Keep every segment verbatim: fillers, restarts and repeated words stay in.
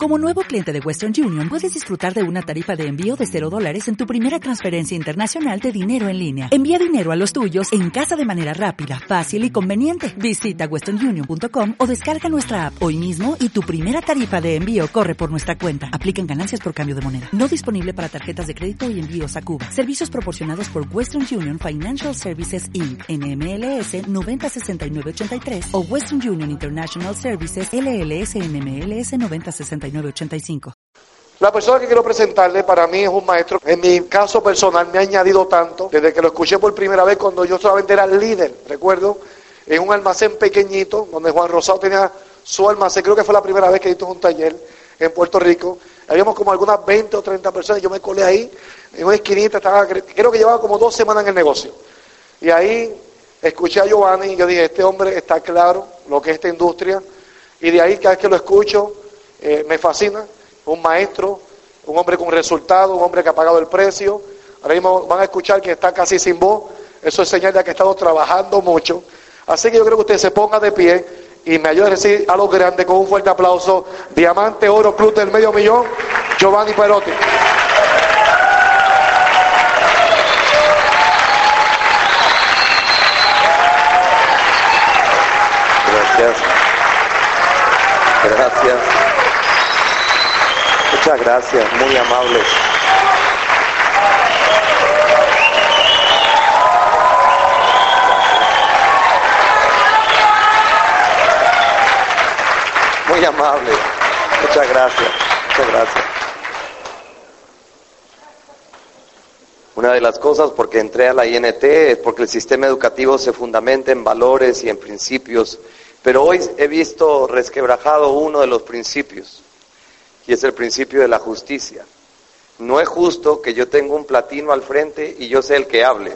Como nuevo cliente de Western Union, puedes disfrutar de una tarifa de envío de cero dólares en tu primera transferencia internacional de dinero en línea. Envía dinero a los tuyos en casa de manera rápida, fácil y conveniente. Visita western union punto com o descarga nuestra app hoy mismo y tu primera tarifa de envío corre por nuestra cuenta. Aplican ganancias por cambio de moneda. No disponible para tarjetas de crédito y envíos a Cuba. Servicios proporcionados por Western Union Financial Services incorporated. N M L S noventa sesenta y nueve ochenta y tres o Western Union International Services L L S N M L S noventa sesenta y nueve ochenta y cinco. La persona que quiero presentarle para mí es un maestro. En mi caso personal me ha añadido tanto desde que lo escuché por primera vez cuando yo solamente era líder. Recuerdo en un almacén pequeñito donde Juan Rosado tenía su almacén. Creo que fue la primera vez que hizo un taller en Puerto Rico. Habíamos como algunas veinte o treinta personas. Yo me colé ahí en una esquinita. Estaba, creo que llevaba como dos semanas en el negocio. Y ahí escuché a Giovanni y yo dije, este hombre está claro lo que es esta industria. Y de ahí cada vez que lo escucho eh, me fascina. Un maestro, un hombre con resultados, un hombre que ha pagado el precio. Ahora mismo van a escuchar que está casi sin voz. Eso es señal de que ha estado trabajando mucho. Así que yo creo que usted se ponga de pie y me ayude a recibir a los grandes con un fuerte aplauso. Diamante Oro Club del Medio Millón, Giovanni Perotti. Gracias. Gracias. Muchas gracias, muy amables. Muy amable. Muchas gracias. Muchas gracias. Una de las cosas por que entré a la I N T es porque el sistema educativo se fundamenta en valores y en principios, pero hoy he visto resquebrajado uno de los principios. Y es el principio de la justicia. No es justo que yo tenga un platino al frente y yo sea el que hable.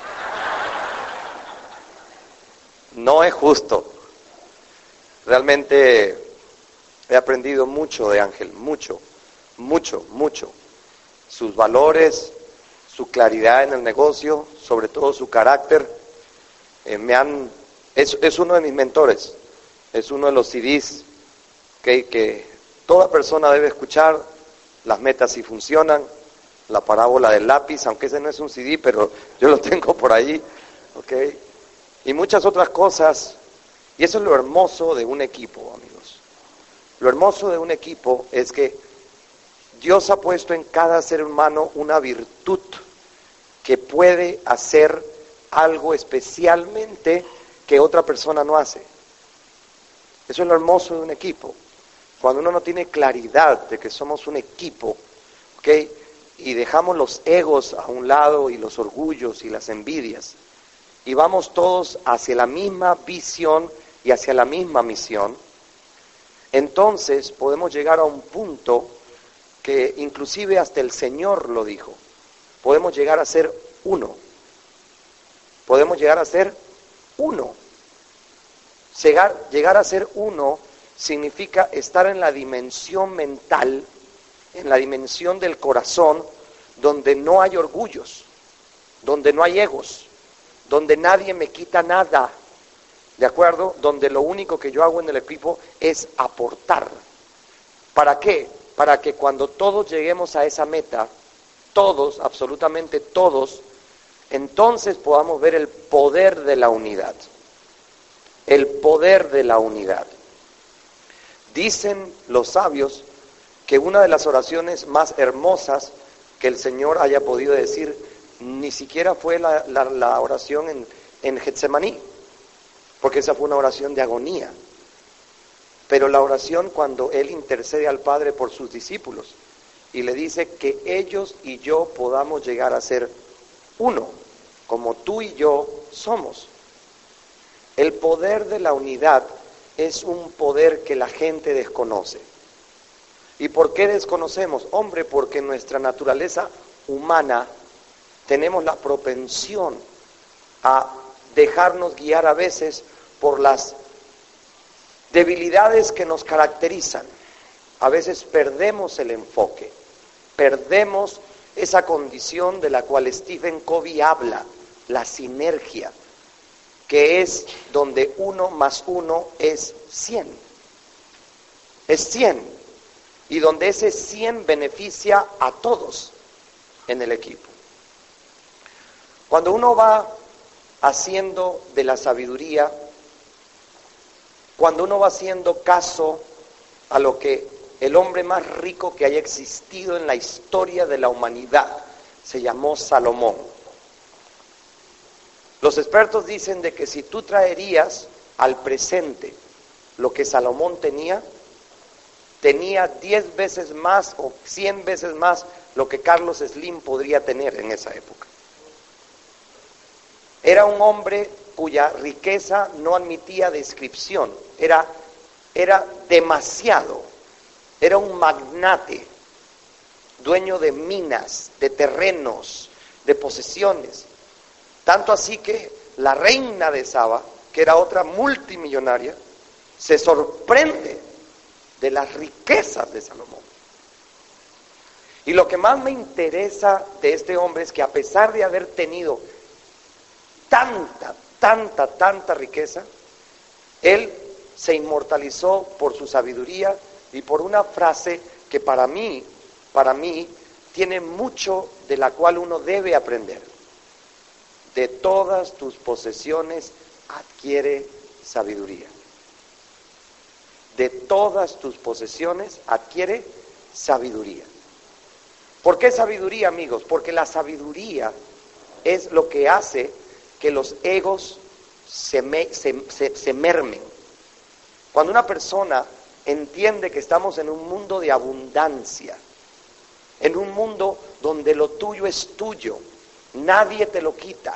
No es justo. Realmente he aprendido mucho de Ángel, mucho, mucho, mucho. Sus valores, su claridad en el negocio, sobre todo su carácter, eh, me han, es, es uno de mis mentores, es uno de los C Ds que, que toda persona debe escuchar. Las metas sí funcionan, la parábola del lápiz, aunque ese no es un C D, pero yo lo tengo por ahí, ¿ok? Y muchas otras cosas, y eso es lo hermoso de un equipo, amigos. Lo hermoso de un equipo es que Dios ha puesto en cada ser humano una virtud que puede hacer algo especialmente que otra persona no hace. Eso es lo hermoso de un equipo. Cuando uno no tiene claridad de que somos un equipo, ¿ok? Y dejamos los egos a un lado y los orgullos y las envidias, y vamos todos hacia la misma visión y hacia la misma misión, entonces podemos llegar a un punto que inclusive hasta el Señor lo dijo. Podemos llegar a ser uno. Podemos llegar a ser uno. Llegar, llegar a ser uno significa estar en la dimensión mental, en la dimensión del corazón, donde no hay orgullos, donde no hay egos, donde nadie me quita nada, ¿de acuerdo? Donde lo único que yo hago en el equipo es aportar. ¿Para qué? Para que cuando todos lleguemos a esa meta, todos, absolutamente todos, entonces podamos ver el poder de la unidad. El poder de la unidad. Dicen los sabios que una de las oraciones más hermosas que el Señor haya podido decir ni siquiera fue la, la, la oración en, en Getsemaní, porque esa fue una oración de agonía, pero la oración cuando Él intercede al Padre por sus discípulos y le dice que ellos y yo podamos llegar a ser uno, como tú y yo somos. El poder de la unidad es un poder que la gente desconoce. ¿Y por qué desconocemos? Hombre, porque en nuestra naturaleza humana tenemos la propensión a dejarnos guiar a veces por las debilidades que nos caracterizan. A veces perdemos el enfoque, perdemos esa condición de la cual Stephen Covey habla, la sinergia, que es donde uno más uno es cien. Es cien. y donde ese cien beneficia a todos en el equipo. Cuando uno va haciendo de la sabiduría, cuando uno va haciendo caso a lo que el hombre más rico que haya existido en la historia de la humanidad se llamó Salomón. Los expertos dicen de que si tú traerías al presente lo que Salomón tenía, tenía diez veces más o cien veces más lo que Carlos Slim podría tener en esa época. Era un hombre cuya riqueza no admitía descripción, era, era demasiado, era un magnate, dueño de minas, de terrenos, de posesiones. Tanto así que la reina de Saba, que era otra multimillonaria, se sorprende de las riquezas de Salomón. Y lo que más me interesa de este hombre es que a pesar de haber tenido tanta, tanta, tanta riqueza, él se inmortalizó por su sabiduría y por una frase que para mí, para mí, tiene mucho de la cual uno debe aprender. De todas tus posesiones adquiere sabiduría. De todas tus posesiones adquiere sabiduría. ¿Por qué sabiduría, amigos? Porque la sabiduría es lo que hace que los egos se, me, se, se, se mermen. Cuando una persona entiende que estamos en un mundo de abundancia, en un mundo donde lo tuyo es tuyo, nadie te lo quita.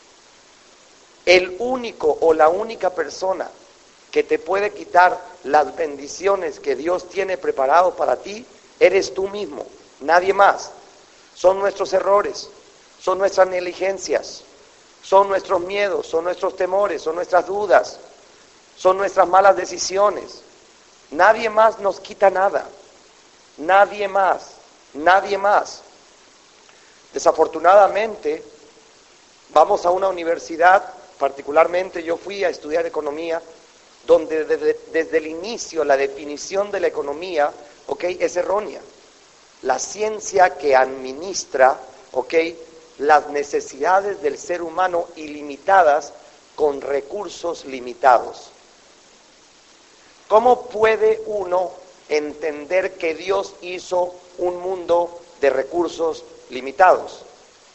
El único o la única persona que te puede quitar las bendiciones que Dios tiene preparado para ti, eres tú mismo, nadie más. Son nuestros errores, son nuestras negligencias, son nuestros miedos, son nuestros temores, son nuestras dudas, son nuestras malas decisiones. Nadie más nos quita nada, nadie más, nadie más. Desafortunadamente, vamos a una universidad, particularmente yo fui a estudiar economía, donde desde, desde el inicio la definición de la economía, ok, es errónea. La ciencia que administra, ok, las necesidades del ser humano ilimitadas con recursos limitados. ¿Cómo puede uno entender que Dios hizo un mundo de recursos limitados?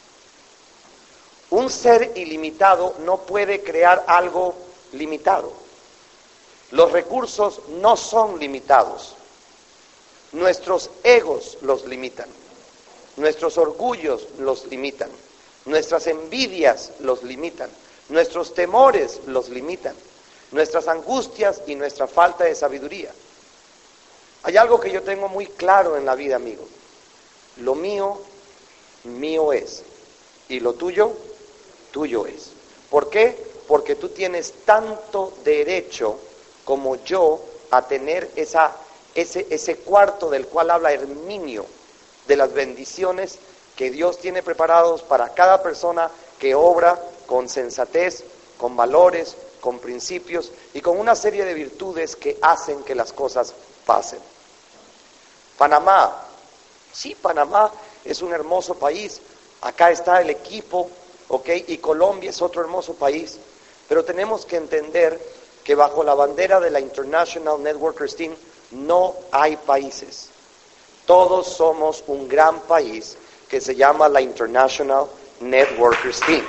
Un ser ilimitado no puede crear algo limitado. Los recursos no son limitados. Nuestros egos los limitan. Nuestros orgullos los limitan. Nuestras envidias los limitan. Nuestros temores los limitan. Nuestras angustias y nuestra falta de sabiduría. Hay algo que yo tengo muy claro en la vida, amigo. Lo mío, mío es. Y lo tuyo, tuyo es. ¿Por qué? Porque tú tienes tanto derecho como yo a tener esa, ese, ese cuarto del cual habla Herminio, de las bendiciones que Dios tiene preparados para cada persona que obra con sensatez, con valores, con principios y con una serie de virtudes que hacen que las cosas pasen. Panamá, sí, Panamá es un hermoso país, acá está el equipo, ok, y Colombia es otro hermoso país, pero tenemos que entender que bajo la bandera de la International Networkers Team no hay países. Todos somos un gran país que se llama la International Networkers Team.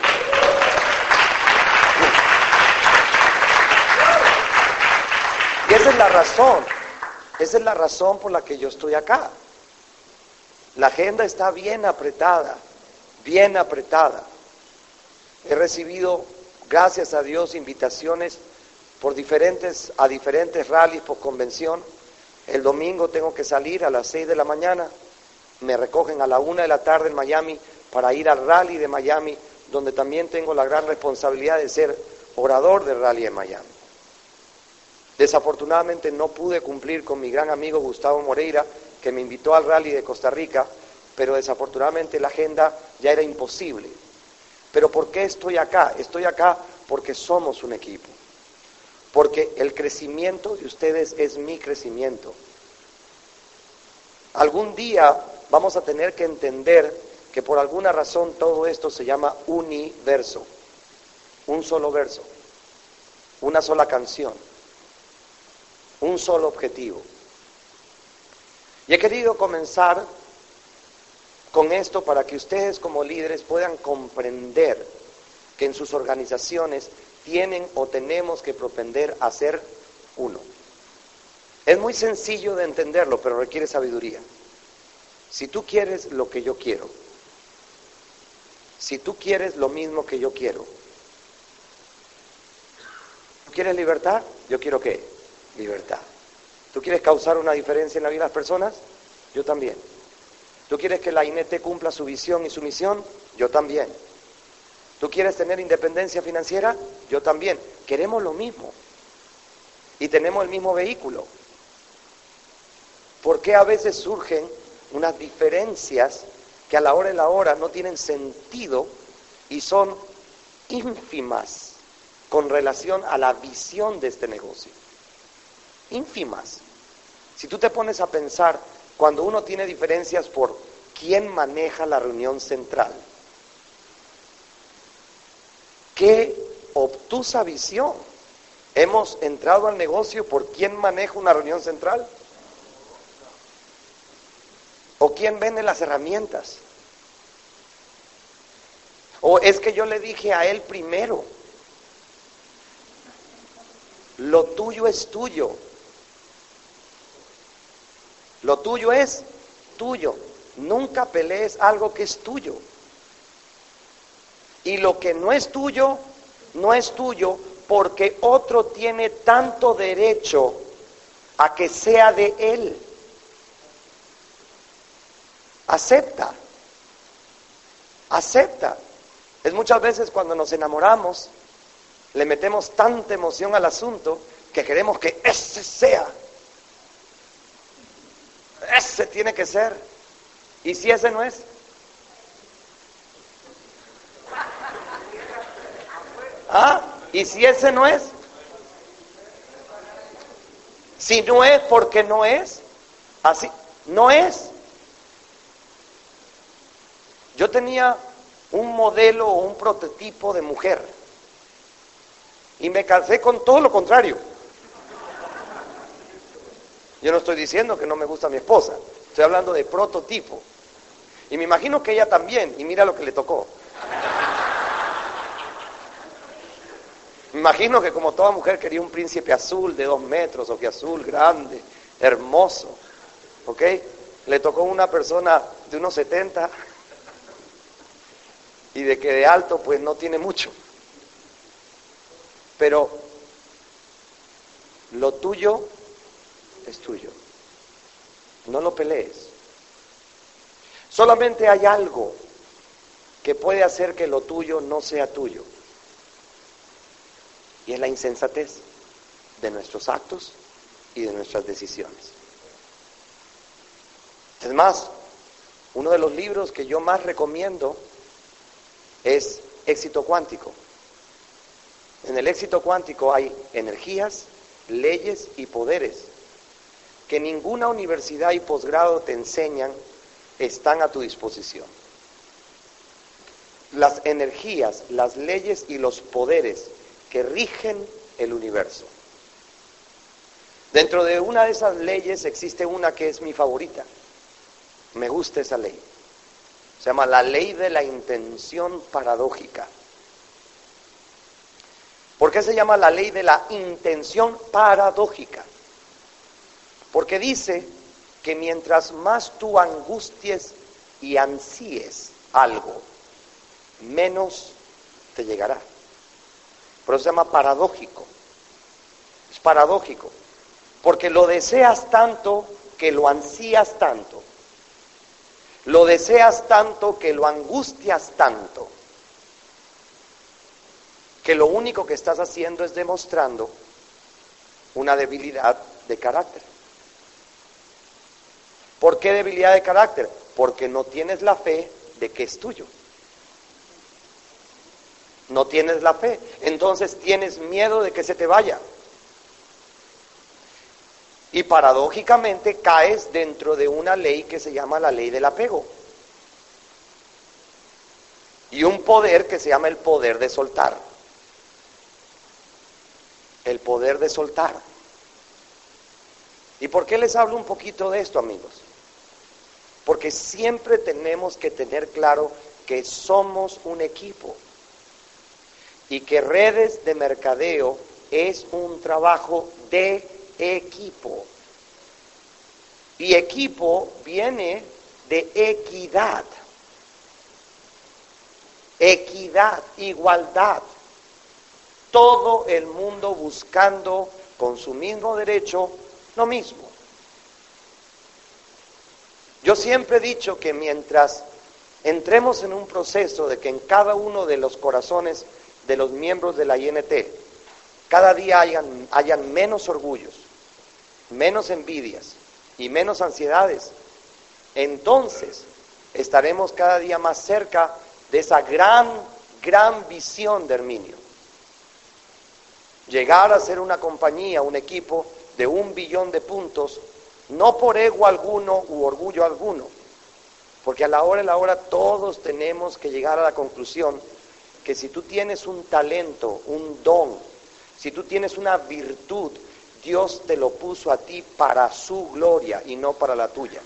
Y esa es la razón, esa es la razón por la que yo estoy acá. La agenda está bien apretada, bien apretada. He recibido, gracias a Dios, invitaciones por diferentes, a diferentes rallies por convención. El domingo tengo que salir a las seis de la mañana, me recogen a la una de la tarde en Miami para ir al rally de Miami, donde también tengo la gran responsabilidad de ser orador del rally de Miami. Desafortunadamente no pude cumplir con mi gran amigo Gustavo Moreira, que me invitó al rally de Costa Rica, pero desafortunadamente la agenda ya era imposible. Pero ¿por qué estoy acá? Estoy acá porque somos un equipo. Porque el crecimiento de ustedes es mi crecimiento. Algún día vamos a tener que entender que por alguna razón todo esto se llama universo, un solo verso, una sola canción, un solo objetivo. Y he querido comenzar con esto para que ustedes como líderes puedan comprender que en sus organizaciones tienen o tenemos que propender a ser uno. Es muy sencillo de entenderlo, pero requiere sabiduría. Si tú quieres lo que yo quiero, si tú quieres lo mismo que yo quiero, ¿tú quieres libertad? Yo quiero ¿qué? Libertad. ¿Tú quieres causar una diferencia en la vida de las personas? Yo también. ¿Tú quieres que la I N E T cumpla su visión y su misión? Yo también. ¿Tú quieres tener independencia financiera? Yo también. Queremos lo mismo. Y tenemos el mismo vehículo. ¿Por qué a veces surgen unas diferencias que a la hora de la hora no tienen sentido y son ínfimas con relación a la visión de este negocio? Ínfimas. Si tú te pones a pensar, cuando uno tiene diferencias por quién maneja la reunión central, qué obtusa visión. ¿Hemos entrado al negocio por quién maneja una reunión central? ¿O quién vende las herramientas? ¿O es que yo le dije a él primero? Lo tuyo es tuyo. Lo tuyo es tuyo. Nunca pelees algo que es tuyo. Y lo que no es tuyo, no es tuyo porque otro tiene tanto derecho a que sea de él. Acepta. Acepta. Es muchas veces cuando nos enamoramos, le metemos tanta emoción al asunto que queremos que ese sea. Ese tiene que ser. ¿Y si ese no es? ¿Ah? ¿Y si ese no es? Si no es porque no es, así, no es. Yo tenía un modelo o un prototipo de mujer y me casé con todo lo contrario. Yo no estoy diciendo que no me gusta mi esposa, estoy hablando de prototipo. Y me imagino que ella también, y mira lo que le tocó. Me imagino que como toda mujer quería un príncipe azul de dos metros, ojiazul, grande, hermoso, ¿ok? Le tocó una persona de unos setenta y de que de alto pues no tiene mucho. Pero lo tuyo es tuyo. No lo pelees. Solamente hay algo que puede hacer que lo tuyo no sea tuyo. Y es la insensatez de nuestros actos y de nuestras decisiones. Es más, uno de los libros que yo más recomiendo es Éxito Cuántico. En el éxito cuántico hay energías, leyes y poderes que ninguna universidad y posgrado te enseñan, están a tu disposición. Las energías, las leyes y los poderes que rigen el universo. Dentro de una de esas leyes existe una que es mi favorita. Me gusta esa ley. Se llama la ley de la intención paradójica. ¿Por qué se llama la ley de la intención paradójica? Porque dice que mientras más tú angusties y ansíes algo, menos te llegará. Por eso se llama paradójico. Es paradójico. Porque lo deseas tanto que lo ansías tanto. Lo deseas tanto que lo angustias tanto. Que lo único que estás haciendo es demostrando una debilidad de carácter. ¿Por qué debilidad de carácter? Porque no tienes la fe de que es tuyo. No tienes la fe, entonces tienes miedo de que se te vaya. Y paradójicamente caes dentro de una ley que se llama la ley del apego. Y un poder que se llama el poder de soltar. El poder de soltar. ¿Y por qué les hablo un poquito de esto, amigos? Porque siempre tenemos que tener claro que somos un equipo. Y que redes de mercadeo es un trabajo de equipo. Y equipo viene de equidad. Equidad, igualdad. Todo el mundo buscando con su mismo derecho lo mismo. Yo siempre he dicho que mientras entremos en un proceso de que en cada uno de los corazones de los miembros de la I N T, cada día hayan, hayan menos orgullos, menos envidias y menos ansiedades, entonces estaremos cada día más cerca de esa gran, gran visión de Herminio. Llegar a ser una compañía, un equipo de un billón de puntos, no por ego alguno u orgullo alguno, porque a la hora de la hora todos tenemos que llegar a la conclusión que si tú tienes un talento, un don, si tú tienes una virtud, Dios te lo puso a ti para su gloria y no para la tuya.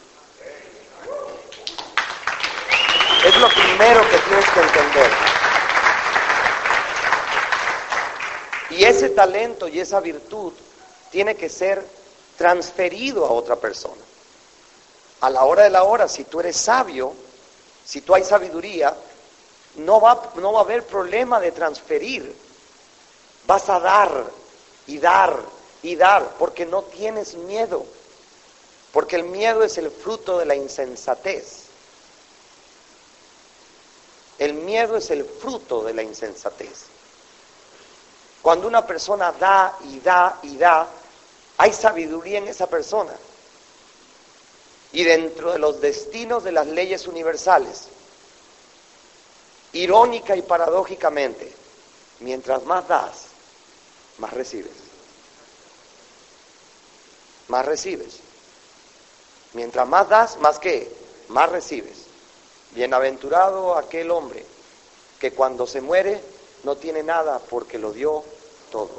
Es lo primero que tienes que entender. Y ese talento y esa virtud tiene que ser transferido a otra persona. A la hora de la hora, si tú eres sabio, si tú hay sabiduría, no va, no va a haber problema de transferir. Vas a dar y dar y dar porque no tienes miedo. Porque el miedo es el fruto de la insensatez. El miedo es el fruto de la insensatez. Cuando una persona da y da y da, hay sabiduría en esa persona. Y dentro de los destinos de las leyes universales, irónica y paradójicamente, mientras más das, más recibes. Más recibes. Mientras más das, más ¿qué? Más recibes. Bienaventurado aquel hombre que cuando se muere no tiene nada porque lo dio todo.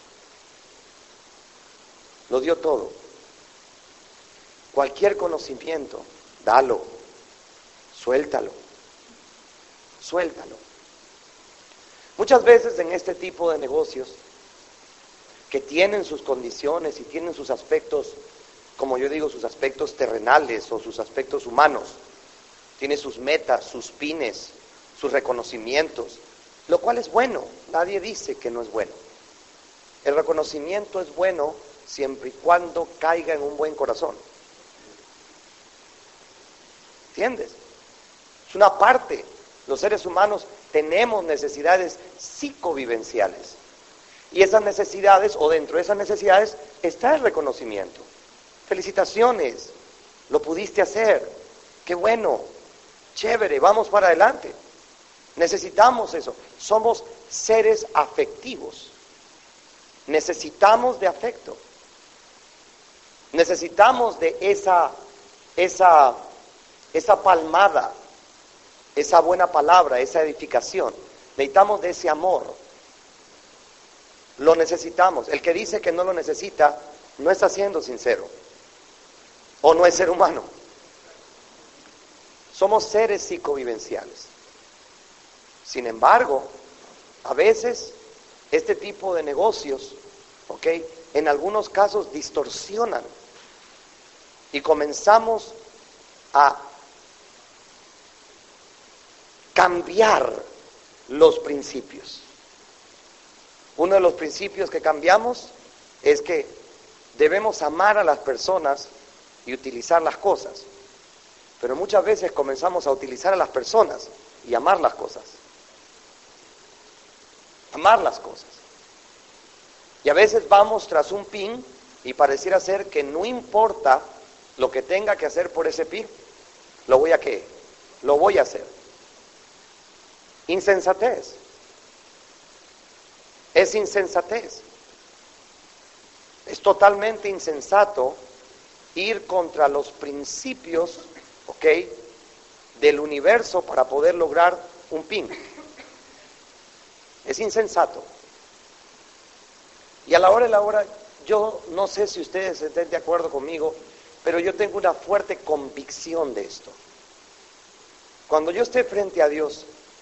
Lo dio todo. Cualquier conocimiento, dalo, suéltalo, suéltalo. Muchas veces en este tipo de negocios que tienen sus condiciones y tienen sus aspectos, como yo digo, sus aspectos terrenales o sus aspectos humanos, tiene sus metas, sus pines, sus reconocimientos, lo cual es bueno, nadie dice que no es bueno. El reconocimiento es bueno siempre y cuando caiga en un buen corazón. ¿Entiendes? Es una parte. Los seres humanos tenemos necesidades psicovivenciales. Y esas necesidades, o dentro de esas necesidades, está el reconocimiento. Felicitaciones, lo pudiste hacer, qué bueno, chévere, vamos para adelante. Necesitamos eso. Somos seres afectivos. Necesitamos de afecto. Necesitamos de esa, esa, esa palmada, esa buena palabra, esa edificación. Necesitamos de ese amor. Lo necesitamos. El que dice que no lo necesita, no está siendo sincero. O no es ser humano. Somos seres psicovivenciales. Sin embargo, a veces este tipo de negocios, ¿ok?, en algunos casos distorsionan y comenzamos a cambiar los principios. Uno de los principios que cambiamos es que debemos amar a las personas y utilizar las cosas. Pero muchas veces comenzamos a utilizar a las personas y amar las cosas. Amar las cosas. Y a veces vamos tras un pin y pareciera ser que no importa lo que tenga que hacer por ese pin, lo voy a ¿qué? Lo voy a hacer. Insensatez. Es insensatez. Es totalmente insensato ir contra los principios, ¿ok?, del universo para poder lograr un fin. Es insensato. Y a la hora de la hora, yo no sé si ustedes estén de acuerdo conmigo, pero yo tengo una fuerte convicción de esto. Cuando yo esté frente a Dios,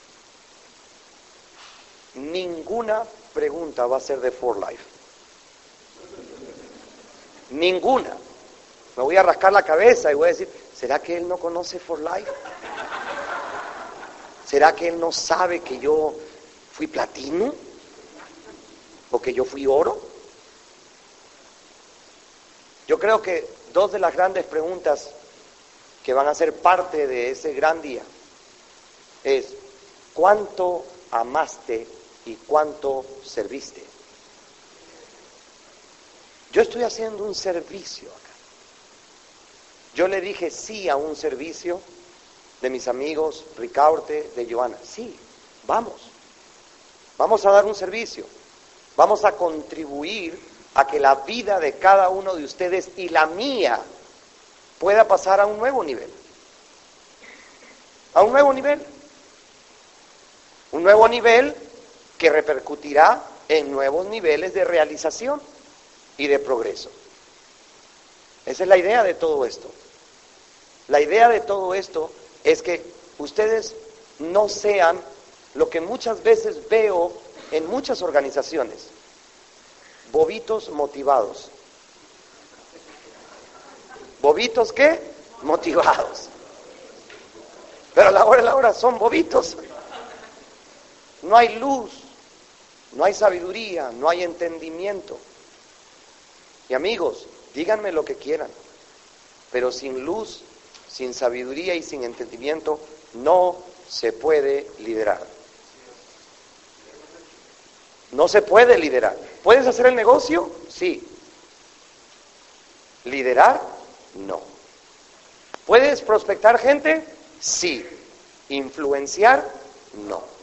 ninguna pregunta va a ser de For Life. Ninguna. Me voy a rascar la cabeza y voy a decir, ¿será que Él no conoce For Life? ¿Será que Él no sabe que yo fui platino? ¿O que yo fui oro? Yo creo que dos de las grandes preguntas que van a ser parte de ese gran día es, ¿cuánto amaste y cuánto serviste? Yo estoy haciendo un servicio acá. Yo le dije sí a un servicio de mis amigos Ricaurte, de Joana. Sí, vamos. Vamos a dar un servicio. Vamos a contribuir a que la vida de cada uno de ustedes y la mía pueda pasar a un nuevo nivel. A un nuevo nivel. Un nuevo nivel que repercutirá en nuevos niveles de realización y de progreso. Esa es la idea de todo esto. La idea de todo esto es que ustedes no sean lo que muchas veces veo en muchas organizaciones, bobitos motivados. ¿Bobitos qué? Motivados. Pero a la hora de la hora son bobitos. No hay luz, no hay sabiduría, no hay entendimiento. Y amigos, díganme lo que quieran, pero sin luz, sin sabiduría y sin entendimiento, no se puede liderar. No se puede liderar. ¿Puedes hacer el negocio? Sí. ¿Liderar? No. ¿Puedes prospectar gente? Sí. ¿Influenciar? No.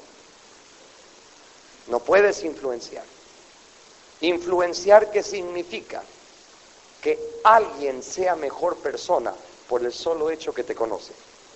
No puedes influenciar. ¿Influenciar qué significa? Que alguien sea mejor persona por el solo hecho que te conoce.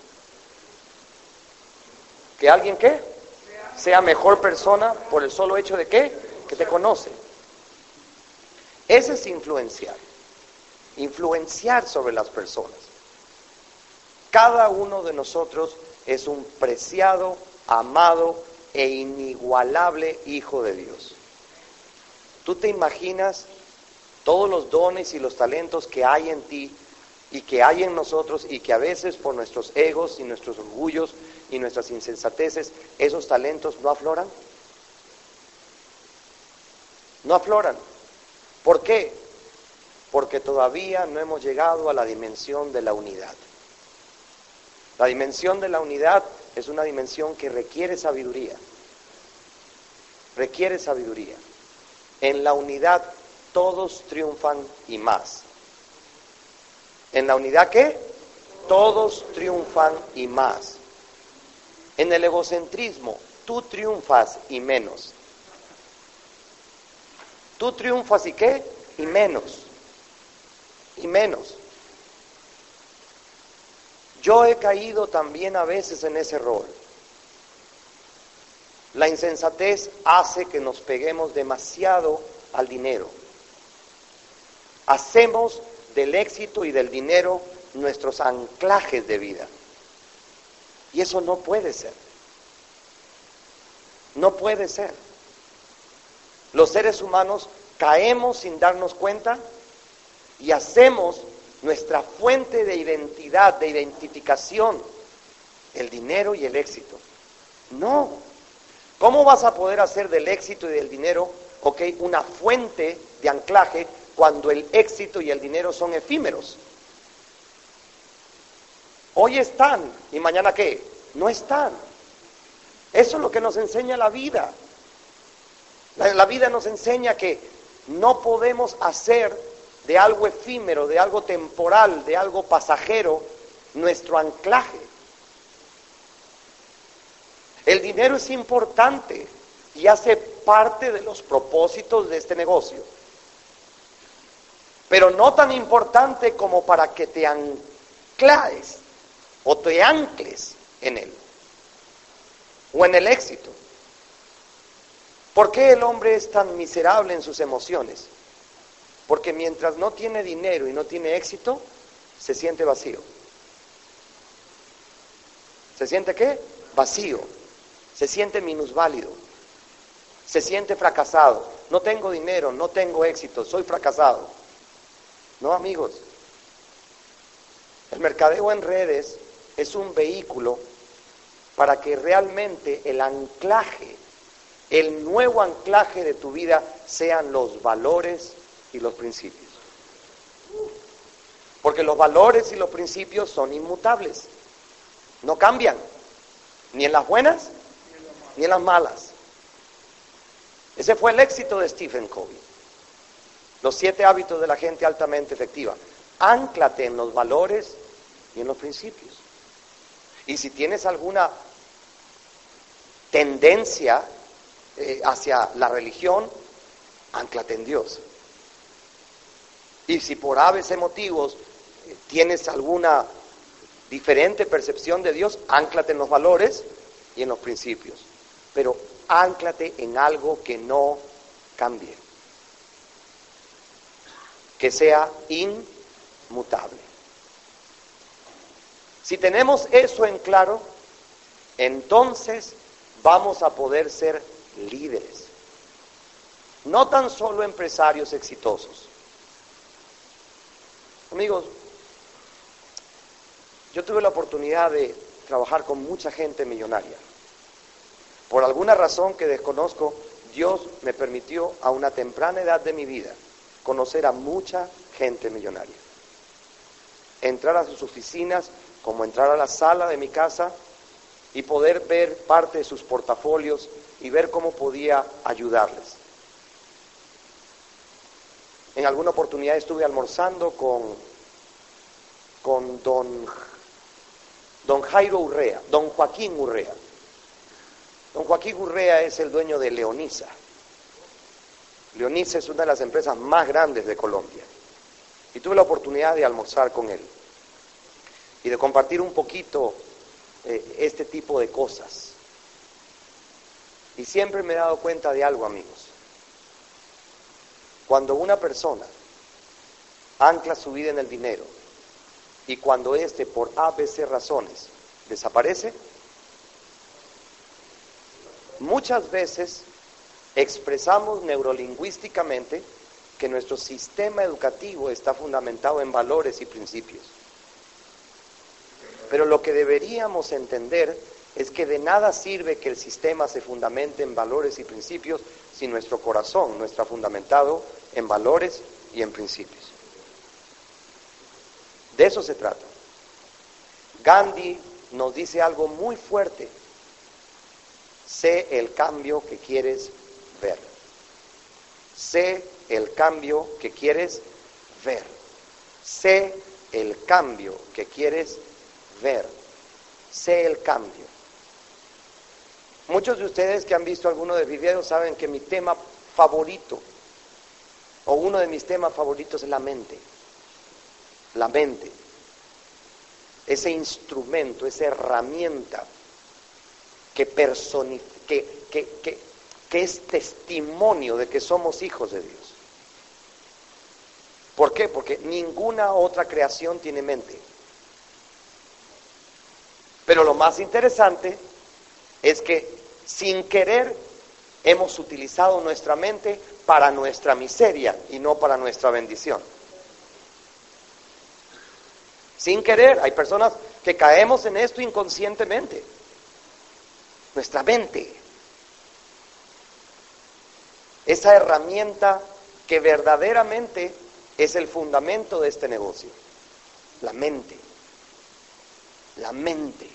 ¿Que alguien qué? Sea mejor persona por el solo hecho de qué? Que te conoce. Ese es influenciar. Influenciar sobre las personas. Cada uno de nosotros es un preciado, amado e inigualable hijo de Dios. ¿Tú te imaginas todos los dones y los talentos que hay en ti y que hay en nosotros y que a veces por nuestros egos y nuestros orgullos y nuestras insensateces esos talentos no afloran? No afloran. ¿Por qué? Porque todavía no hemos llegado a la dimensión de la unidad. La dimensión de la unidad es una dimensión que requiere sabiduría. Requiere sabiduría. En la unidad todos triunfan y más. ¿En la unidad qué? Todos triunfan y más. En el egocentrismo, tú triunfas y menos. Tú triunfas y qué? Y menos. Y menos. Yo he caído también a veces en ese rol. La insensatez hace que nos peguemos demasiado al dinero. Hacemos del éxito y del dinero nuestros anclajes de vida. Y eso no puede ser. No puede ser. Los seres humanos caemos sin darnos cuenta y hacemos nuestra fuente de identidad, de identificación, el dinero y el éxito. No. ¿Cómo vas a poder hacer del éxito y del dinero, ok, una fuente de anclaje cuando el éxito y el dinero son efímeros? Hoy están y mañana ¿qué? No están. Eso es lo que nos enseña la vida. La, la vida nos enseña que no podemos hacer de algo efímero, de algo temporal, de algo pasajero, nuestro anclaje. El dinero es importante y hace parte de los propósitos de este negocio. pero no tan importante como para que te anclaes o te ancles en él o en el éxito. ¿Por qué el hombre es tan miserable en sus emociones? Porque mientras no tiene dinero y no tiene éxito, se siente vacío. ¿Se siente qué? Vacío. Se siente minusválido. Se siente fracasado. No tengo dinero, no tengo éxito, soy fracasado. No, amigos. El mercadeo en redes es un vehículo para que realmente el anclaje, el nuevo anclaje de tu vida sean los valores y los principios. Porque los valores y los principios son inmutables. No cambian, ni en las buenas, ni en las malas. Ese fue el éxito de Stephen Covey. Los siete hábitos de la gente altamente efectiva. Ánclate en los valores y en los principios. Y si tienes alguna tendencia eh, hacia la religión, ánclate en Dios. Y si por A B C motivos eh, tienes alguna diferente percepción de Dios, ánclate en los valores y en los principios. Pero ánclate en algo que no cambie, que sea inmutable. Si tenemos eso en claro, entonces vamos a poder ser líderes, no tan solo empresarios exitosos. Amigos, yo tuve la oportunidad de trabajar con mucha gente millonaria. Por alguna razón que desconozco, Dios me permitió a una temprana edad de mi vida conocer a mucha gente millonaria. Entrar a sus oficinas, como entrar a la sala de mi casa y poder ver parte de sus portafolios y ver cómo podía ayudarles. En alguna oportunidad estuve almorzando con, con don, don Jairo Urrea, don Joaquín Urrea. Don Joaquín Urrea es el dueño de Leonisa. Leonisa es una de las empresas más grandes de Colombia. Y tuve la oportunidad de almorzar con él y de compartir un poquito eh, este tipo de cosas. Y siempre me he dado cuenta de algo, amigos. Cuando una persona ancla su vida en el dinero y cuando éste por A B C razones desaparece, muchas veces expresamos neurolingüísticamente que nuestro sistema educativo está fundamentado en valores y principios. Pero lo que deberíamos entender es que de nada sirve que el sistema se fundamente en valores y principios si nuestro corazón no está fundamentado en valores y en principios. De eso se trata. Gandhi nos dice algo muy fuerte. Sé el cambio que quieres ver. Sé el cambio que quieres ver. Sé el cambio que quieres ver. Sé el cambio. Muchos de ustedes que han visto alguno de mis videos saben que mi tema favorito, o uno de mis temas favoritos, es la mente. La mente. Ese instrumento, esa herramienta que personifica, que, que, que, que es testimonio de que somos hijos de Dios. ¿Por qué? Porque ninguna otra creación tiene mente. Pero lo más interesante es que sin querer hemos utilizado nuestra mente para nuestra miseria y no para nuestra bendición. Sin querer, hay personas que caemos en esto inconscientemente. Nuestra mente, esa herramienta que verdaderamente es el fundamento de este negocio. La mente. La mente.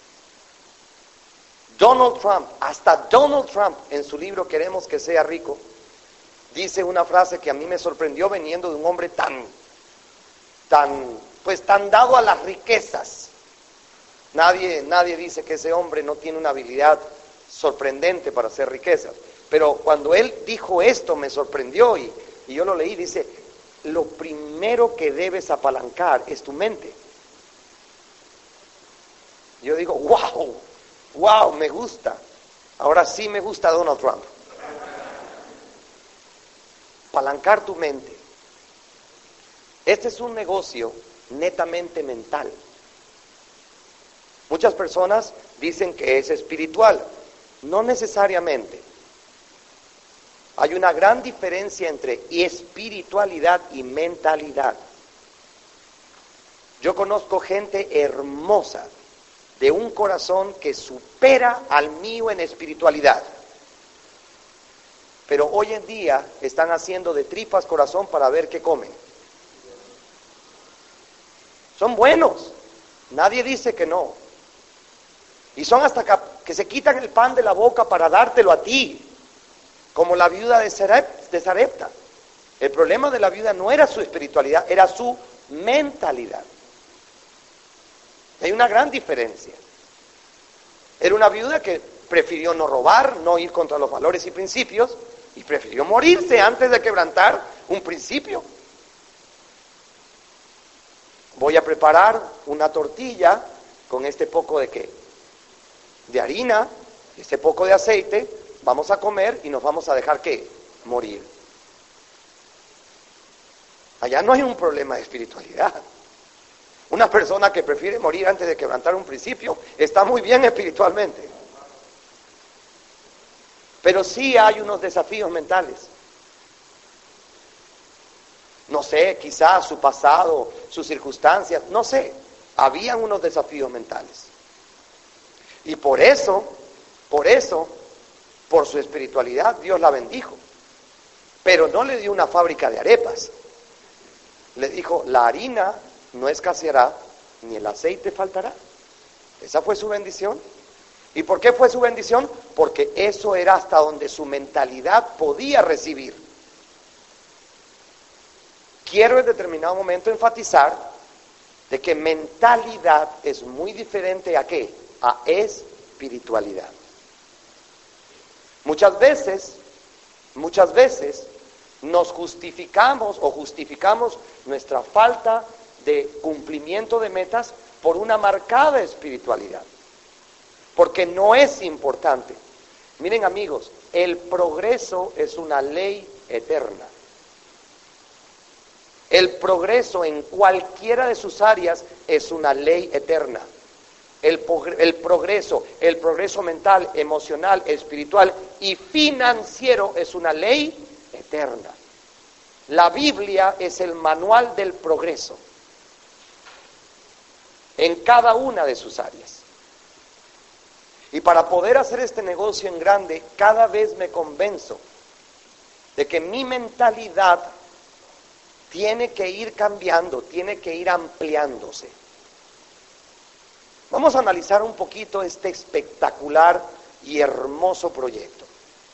Donald Trump, hasta Donald Trump en su libro Queremos que sea rico, dice una frase que a mí me sorprendió viniendo de un hombre tan, tan, pues tan dado a las riquezas. Nadie, nadie dice que ese hombre no tiene una habilidad sorprendente para hacer riquezas. Pero cuando él dijo esto me sorprendió y, y yo lo leí, dice, lo primero que debes apalancar es tu mente. Yo digo, wow, wow, me gusta. Ahora sí me gusta Donald Trump. Apalancar tu mente. Este es un negocio netamente mental. Muchas personas dicen que es espiritual. No necesariamente. Hay una gran diferencia entre espiritualidad y mentalidad. Yo conozco gente hermosa, de un corazón que supera al mío en espiritualidad. Pero hoy en día están haciendo de tripas corazón para ver qué comen. Son buenos, nadie dice que no. Y son hasta que se quitan el pan de la boca para dártelo a ti, como la viuda de Sarepta. El problema de la viuda no era su espiritualidad, era su mentalidad. Hay una gran diferencia. Era una viuda que prefirió no robar, no ir contra los valores y principios, y prefirió morirse antes de quebrantar un principio. Voy a preparar una tortilla con este poco de qué, de harina, este poco de aceite, vamos a comer y nos vamos a dejar ¿qué? Morir. Allá no hay un problema de espiritualidad. Una persona que prefiere morir antes de quebrantar un principio está muy bien espiritualmente. Pero sí hay unos desafíos mentales. No sé, quizás su pasado, sus circunstancias, no sé. Habían unos desafíos mentales. Y por eso, por eso, por su espiritualidad, Dios la bendijo. Pero no le dio una fábrica de arepas. Le dijo, la harina no escaseará, ni el aceite faltará. Esa fue su bendición. ¿Y por qué fue su bendición? Porque eso era hasta donde su mentalidad podía recibir. Quiero en determinado momento enfatizar de que mentalidad es muy diferente a ¿qué? A espiritualidad. Muchas veces, muchas veces nos justificamos o justificamos nuestra falta de cumplimiento de metas por una marcada espiritualidad, porque no es importante. Miren amigos, el progreso es una ley eterna. El progreso en cualquiera de sus áreas es una ley eterna. El, el progreso, el progreso mental, emocional, espiritual y financiero es una ley eterna. La Biblia es el manual del progreso en cada una de sus áreas. Y para poder hacer este negocio en grande, cada vez me convenzo de que mi mentalidad tiene que ir cambiando, tiene que ir ampliándose. Vamos a analizar un poquito este espectacular y hermoso proyecto.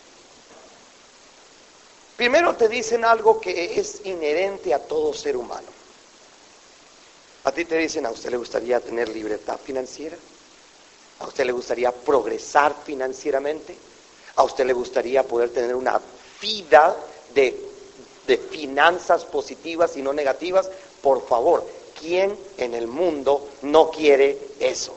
Primero te dicen algo que es inherente a todo ser humano. A ti te dicen, ¿a usted le gustaría tener libertad financiera? ¿A usted le gustaría progresar financieramente? ¿A usted le gustaría poder tener una vida de, de finanzas positivas y no negativas? Por favor, ¿quién en el mundo no quiere eso?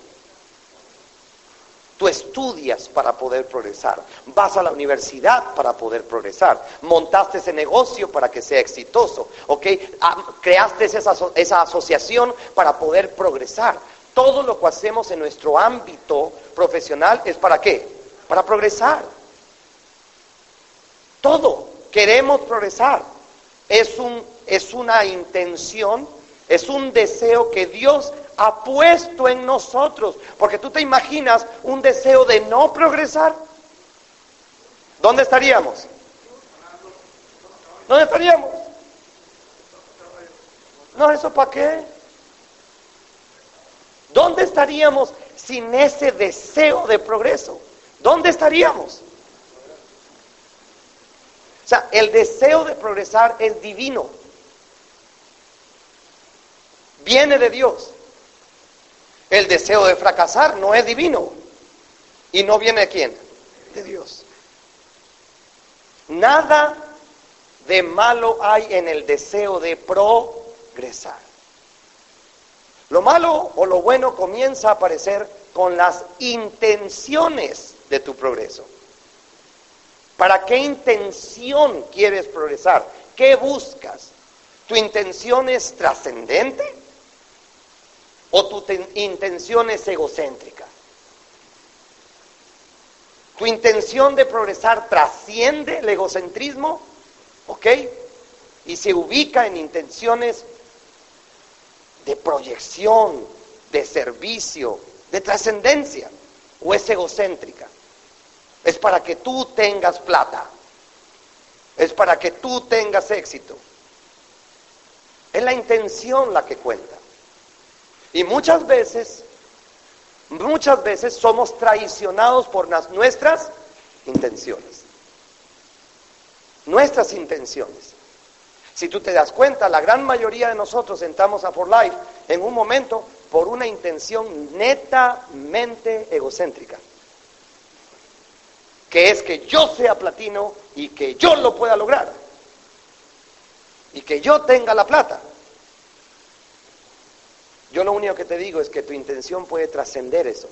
Tú estudias para poder progresar, vas a la universidad para poder progresar, montaste ese negocio para que sea exitoso, ¿ok? Creaste esa, esa asociación para poder progresar. Todo lo que hacemos en nuestro ámbito profesional es ¿para qué? Para progresar. Todo, queremos progresar. Es un, es una intención, es un deseo que Dios ha puesto en nosotros, porque tú te imaginas un deseo de no progresar. ¿Dónde estaríamos? ¿Dónde estaríamos? No, ¿eso para qué? ¿Dónde estaríamos sin ese deseo de progreso? ¿Dónde estaríamos? O sea, el deseo de progresar es divino. Viene de Dios. El deseo de fracasar no es divino. ¿Y no viene de quién? De Dios. Nada de malo hay en el deseo de progresar? Lo malo o lo bueno comienza a aparecer con las intenciones de tu progreso. ¿Para qué intención quieres progresar? ¿Qué buscas? ¿Tu intención es trascendente? ¿O tu ten- intención es egocéntrica? ¿Tu intención de progresar trasciende el egocentrismo? ¿Ok? Y se ubica en intenciones de proyección, de servicio, de trascendencia, ¿o es egocéntrica? Es para que tú tengas plata, es para que tú tengas éxito. Es la intención la que cuenta. Y muchas veces, muchas veces somos traicionados por las, nuestras intenciones. Nuestras intenciones. Si tú te das cuenta, la gran mayoría de nosotros entramos a For Life en un momento por una intención netamente egocéntrica, que es que yo sea platino y que yo lo pueda lograr y que yo tenga la plata. Yo lo único que te digo es que tu intención puede trascender eso,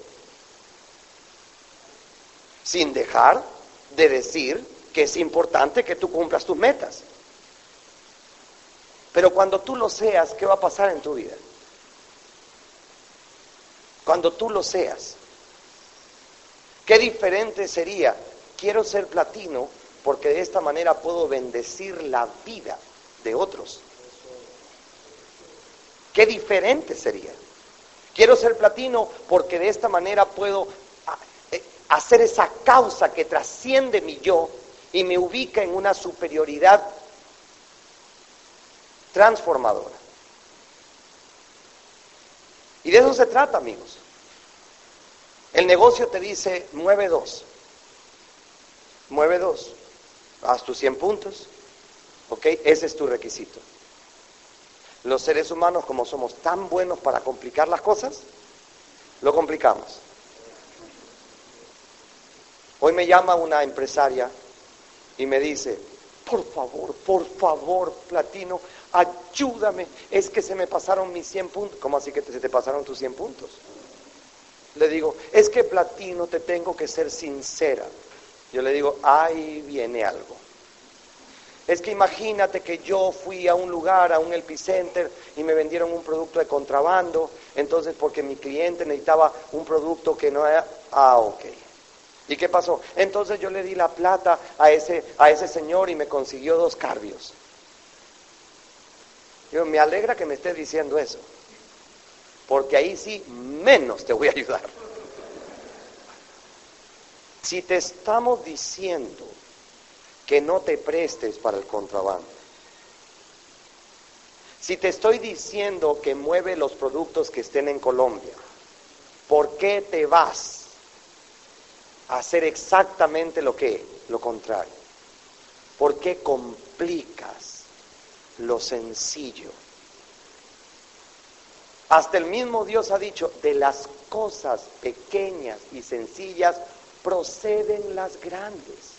sin dejar de decir que es importante que tú cumplas tus metas. Pero cuando tú lo seas, ¿qué va a pasar en tu vida? Cuando tú lo seas, qué diferente sería. Quiero ser platino porque de esta manera puedo bendecir la vida de otros. Qué diferente sería. Quiero ser platino porque de esta manera puedo hacer esa causa que trasciende mi yo y me ubica en una superioridad transformadora. Y de eso se trata, amigos. El negocio te dice, mueve dos. Mueve dos. Haz tus cien puntos. ¿Ok? Ese es tu requisito. Los seres humanos, como somos tan buenos para complicar las cosas, lo complicamos. Hoy me llama una empresaria y me dice, por favor, por favor, Platino, ayúdame, es que se me pasaron mis cien puntos. ¿Cómo así que te, se te pasaron tus cien puntos? Le digo, es que Platino, te tengo que ser sincera. Yo le digo, ahí viene algo. Es que imagínate que yo fui a un lugar, a un epicenter, y me vendieron un producto de contrabando, entonces porque mi cliente necesitaba un producto que no era... Ah, ok. ¿Y qué pasó? Entonces yo le di la plata a ese, a ese señor y me consiguió dos carbios. Yo, me alegra que me estés diciendo eso, porque ahí sí menos te voy a ayudar. Si te estamos diciendo que no te prestes para el contrabando, si te estoy diciendo que mueve los productos que estén en Colombia, ¿por qué te vas a hacer exactamente lo que, lo contrario? ¿Por qué complicas lo sencillo? Hasta el mismo Dios ha dicho, de las cosas pequeñas y sencillas proceden las grandes.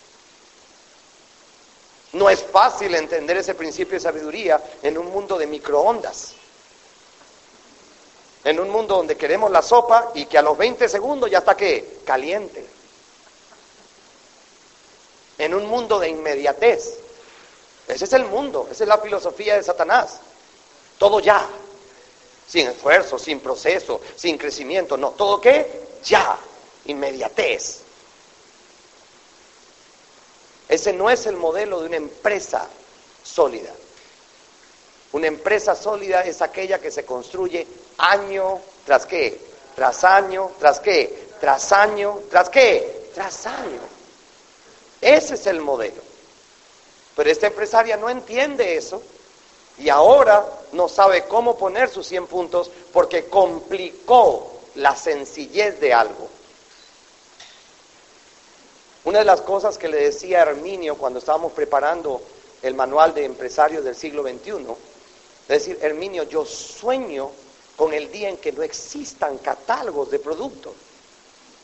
No es fácil entender ese principio de sabiduría en un mundo de microondas. En un mundo donde queremos la sopa y que a los veinte segundos ya está ¿qué? Caliente. En un mundo de inmediatez. Ese es el mundo, esa es la filosofía de Satanás. Todo ya. Sin esfuerzo, sin proceso, sin crecimiento. No, ¿todo qué? Ya. Inmediatez. Ese no es el modelo de una empresa sólida. Una empresa sólida es aquella que se construye año tras qué, tras año, tras qué, tras año, tras qué, tras año. Ese es el modelo. Pero esta empresaria no entiende eso y ahora no sabe cómo poner sus cien puntos porque complicó la sencillez de algo. Una de las cosas que le decía a Herminio cuando estábamos preparando el manual de empresarios del siglo veintiuno, es decir, Herminio, yo sueño con el día en que no existan catálogos de productos.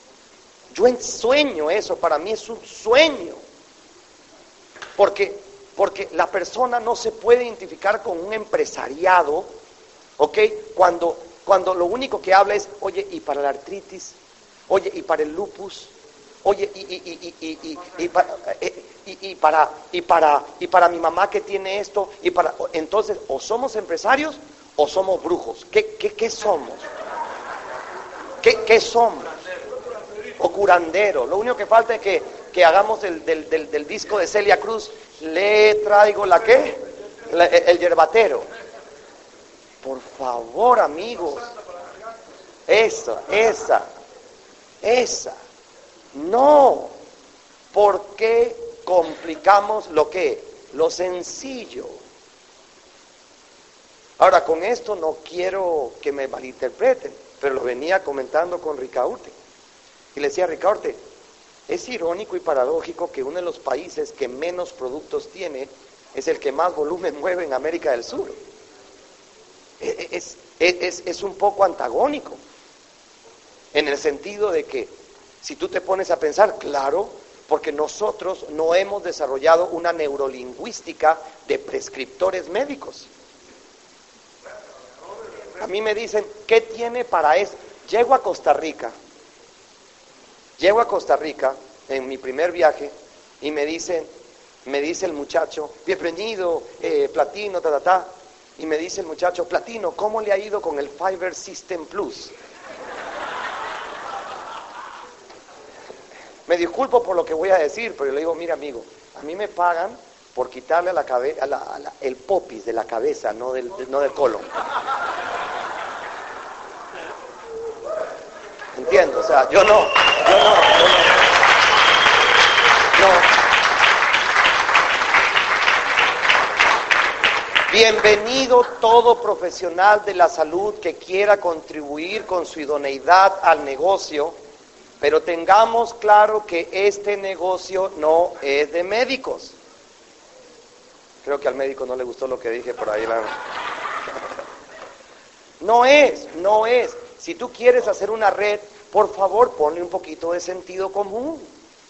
Yo sueño eso, para mí es un sueño. Porque Porque la persona no se puede identificar con un empresariado, ¿ok? Cuando, cuando lo único que habla es, oye, ¿y para la artritis? Oye, ¿y para el lupus? Oye, y, y, y, y, y, y, y, para, y, y, para, y, para, y para mi mamá que tiene esto, y para... Entonces, o somos empresarios o somos brujos. ¿Qué, qué, qué somos? ¿Qué, qué somos? O curandero. Lo único que falta es que, que hagamos del, del, del, del disco de Celia Cruz, le traigo la ¿qué? La, el yerbatero. Por favor, amigos. Esa, esa, esa. No. ¿Por qué complicamos lo que? Lo sencillo. Ahora, con esto no quiero que me malinterpreten, pero lo venía comentando con Ricaurte. Y le decía, Ricaurte, es irónico y paradójico que uno de los países que menos productos tiene es el que más volumen mueve en América del Sur. Es, es, es, es un poco antagónico, en el sentido de que, si tú te pones a pensar, claro, porque nosotros no hemos desarrollado una neurolingüística de prescriptores médicos. A mí me dicen, ¿qué tiene para eso? Llego a Costa Rica, llego a Costa Rica en mi primer viaje y me dicen, me dice el muchacho, bienvenido, eh, Platino, ta, ta, ta, y me dice el muchacho, Platino, ¿cómo le ha ido con el Fiber System Plus? Me disculpo por lo que voy a decir, pero le digo, mira amigo, a mí me pagan por quitarle a la cabe- a la, a la, el popis de la cabeza, no del, no del colon. Entiendo, o sea, yo no, yo no, yo no. No. Bienvenido todo profesional de la salud que quiera contribuir con su idoneidad al negocio, pero tengamos claro que este negocio no es de médicos. Creo que al médico no le gustó lo que dije por ahí. La... No es, no es. Si tú quieres hacer una red, por favor, ponle un poquito de sentido común.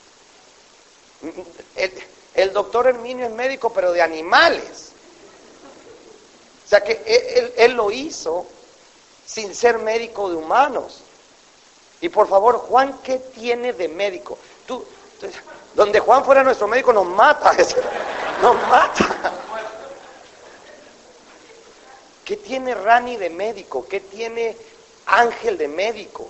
El, el doctor Herminio es médico, pero de animales. O sea que él, él, él lo hizo sin ser médico de humanos. Y por favor, Juan, ¿qué tiene de médico? Tú, tú, donde Juan fuera nuestro médico nos mata, nos mata. ¿Qué tiene Rani de médico? ¿Qué tiene Ángel de médico?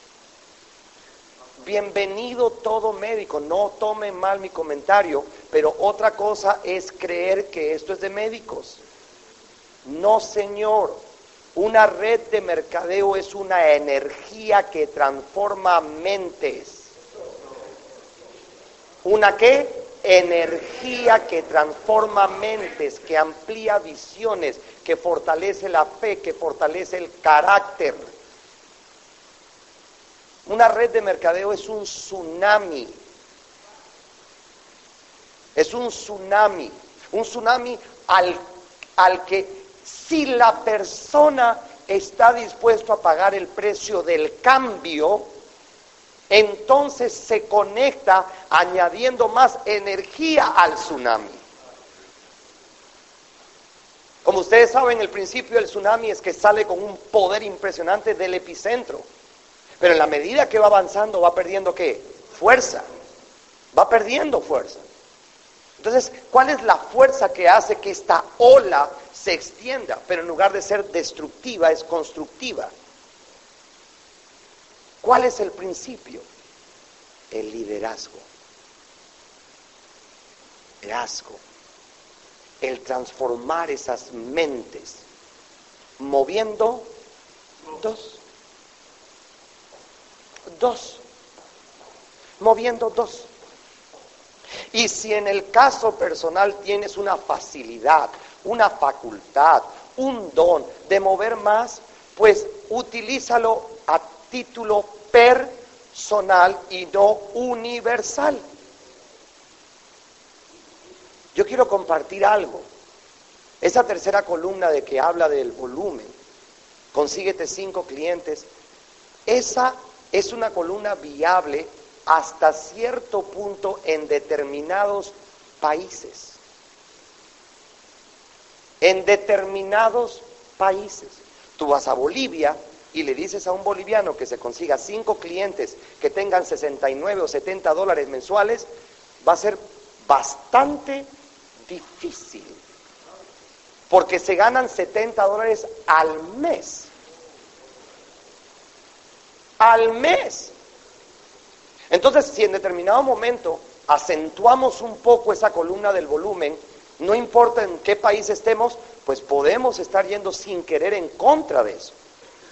Bienvenido todo médico, no tomen mal mi comentario, pero otra cosa es creer que esto es de médicos. No, señor. Una red de mercadeo es una energía que transforma mentes. ¿Una qué? Energía que transforma mentes, que amplía visiones, que fortalece la fe, que fortalece el carácter. Una red de mercadeo es un tsunami. Es un tsunami. Un tsunami al, al que si la persona está dispuesto a pagar el precio del cambio, entonces se conecta añadiendo más energía al tsunami. Como ustedes saben, el principio del tsunami es que sale con un poder impresionante del epicentro. Pero en la medida que va avanzando, va perdiendo ¿qué? Fuerza. Va perdiendo fuerza. Entonces, ¿cuál es la fuerza que hace que esta ola se extienda? Pero en lugar de ser destructiva, es constructiva. ¿Cuál es el principio? El liderazgo. Liderazgo. El transformar esas mentes, moviendo dos. Dos. Moviendo dos. Y si en el caso personal tienes una facilidad, una facultad, un don de mover más, pues utilízalo a título personal y no universal. Yo quiero compartir algo. Esa tercera columna de que habla del volumen, consíguete cinco clientes, esa es una columna viable hasta cierto punto en determinados países. en determinados países. Tú vas a Bolivia y le dices a un boliviano que se consiga cinco clientes que tengan sesenta y nueve o setenta dólares mensuales, va a ser bastante difícil, porque se ganan setenta dólares al mes. Al mes. Entonces, si en determinado momento acentuamos un poco esa columna del volumen, no importa en qué país estemos, pues podemos estar yendo sin querer en contra de eso.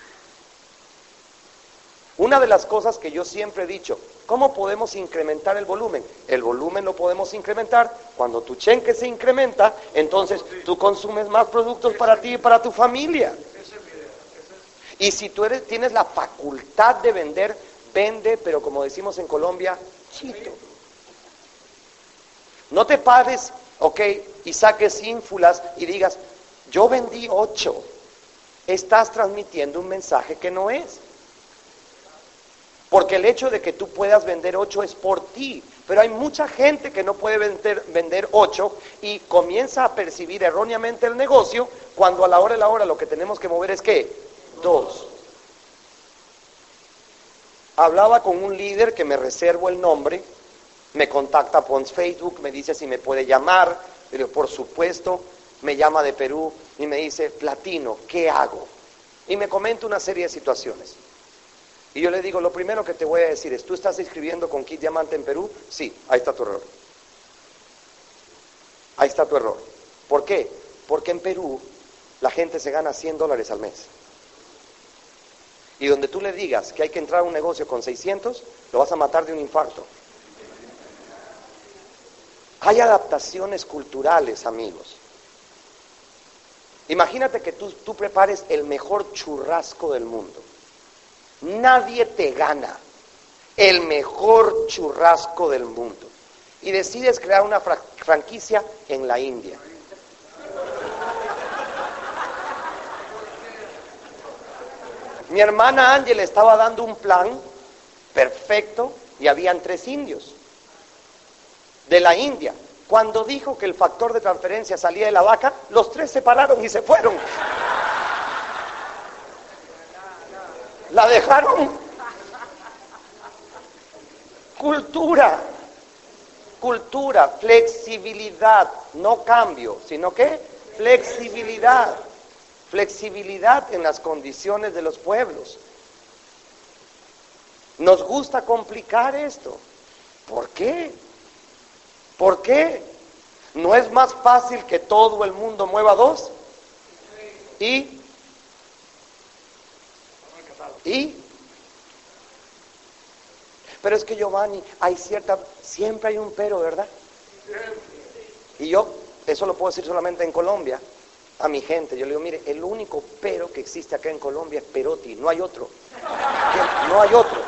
Una de las cosas que yo siempre he dicho, ¿cómo podemos incrementar el volumen? El volumen lo podemos incrementar cuando tu cheque se incrementa, entonces tú consumes más productos para ti y para tu familia. Y si tú eres, tienes la facultad de vender, vende, pero como decimos en Colombia, chito. No te pares, ok, y saques ínfulas y digas, yo vendí ocho. Estás transmitiendo un mensaje que no es. Porque el hecho de que tú puedas vender ocho es por ti, pero hay mucha gente que no puede vender, vender ocho y comienza a percibir erróneamente el negocio, cuando a la hora de la hora lo que tenemos que mover es ¿qué? Dos. Hablaba con un líder que me reservo el nombre, me contacta por Facebook, me dice si me puede llamar, pero por supuesto, me llama de Perú y me dice, Platino, ¿qué hago? Y me comenta una serie de situaciones. Y yo le digo, lo primero que te voy a decir es, ¿tú estás inscribiendo con Kit Diamante en Perú? Sí, ahí está tu error. Ahí está tu error. ¿Por qué? Porque en Perú la gente se gana cien dólares al mes. Y donde tú le digas que hay que entrar a un negocio con seiscientos, lo vas a matar de un infarto. Hay adaptaciones culturales, amigos. Imagínate que tú, tú prepares el mejor churrasco del mundo. Nadie te gana el mejor churrasco del mundo. Y decides crear una fra- franquicia en la India. Mi hermana Ángela estaba dando un plan perfecto y habían tres indios de la India. Cuando dijo que el factor de transferencia salía de la vaca, los tres se pararon y se fueron. La dejaron. Cultura, cultura, flexibilidad, no cambio, sino que flexibilidad, flexibilidad en las condiciones de los pueblos. Nos gusta complicar esto. ¿Por qué? ¿Por qué? ¿No es más fácil que todo el mundo mueva dos? ¿Y? ¿Y? Pero es que Giovanni, hay cierta, siempre hay un pero, ¿verdad? Y yo, eso lo puedo decir solamente en Colombia, a mi gente, yo le digo, mire, el único pero que existe acá en Colombia es Perotti, no hay otro. No hay otro.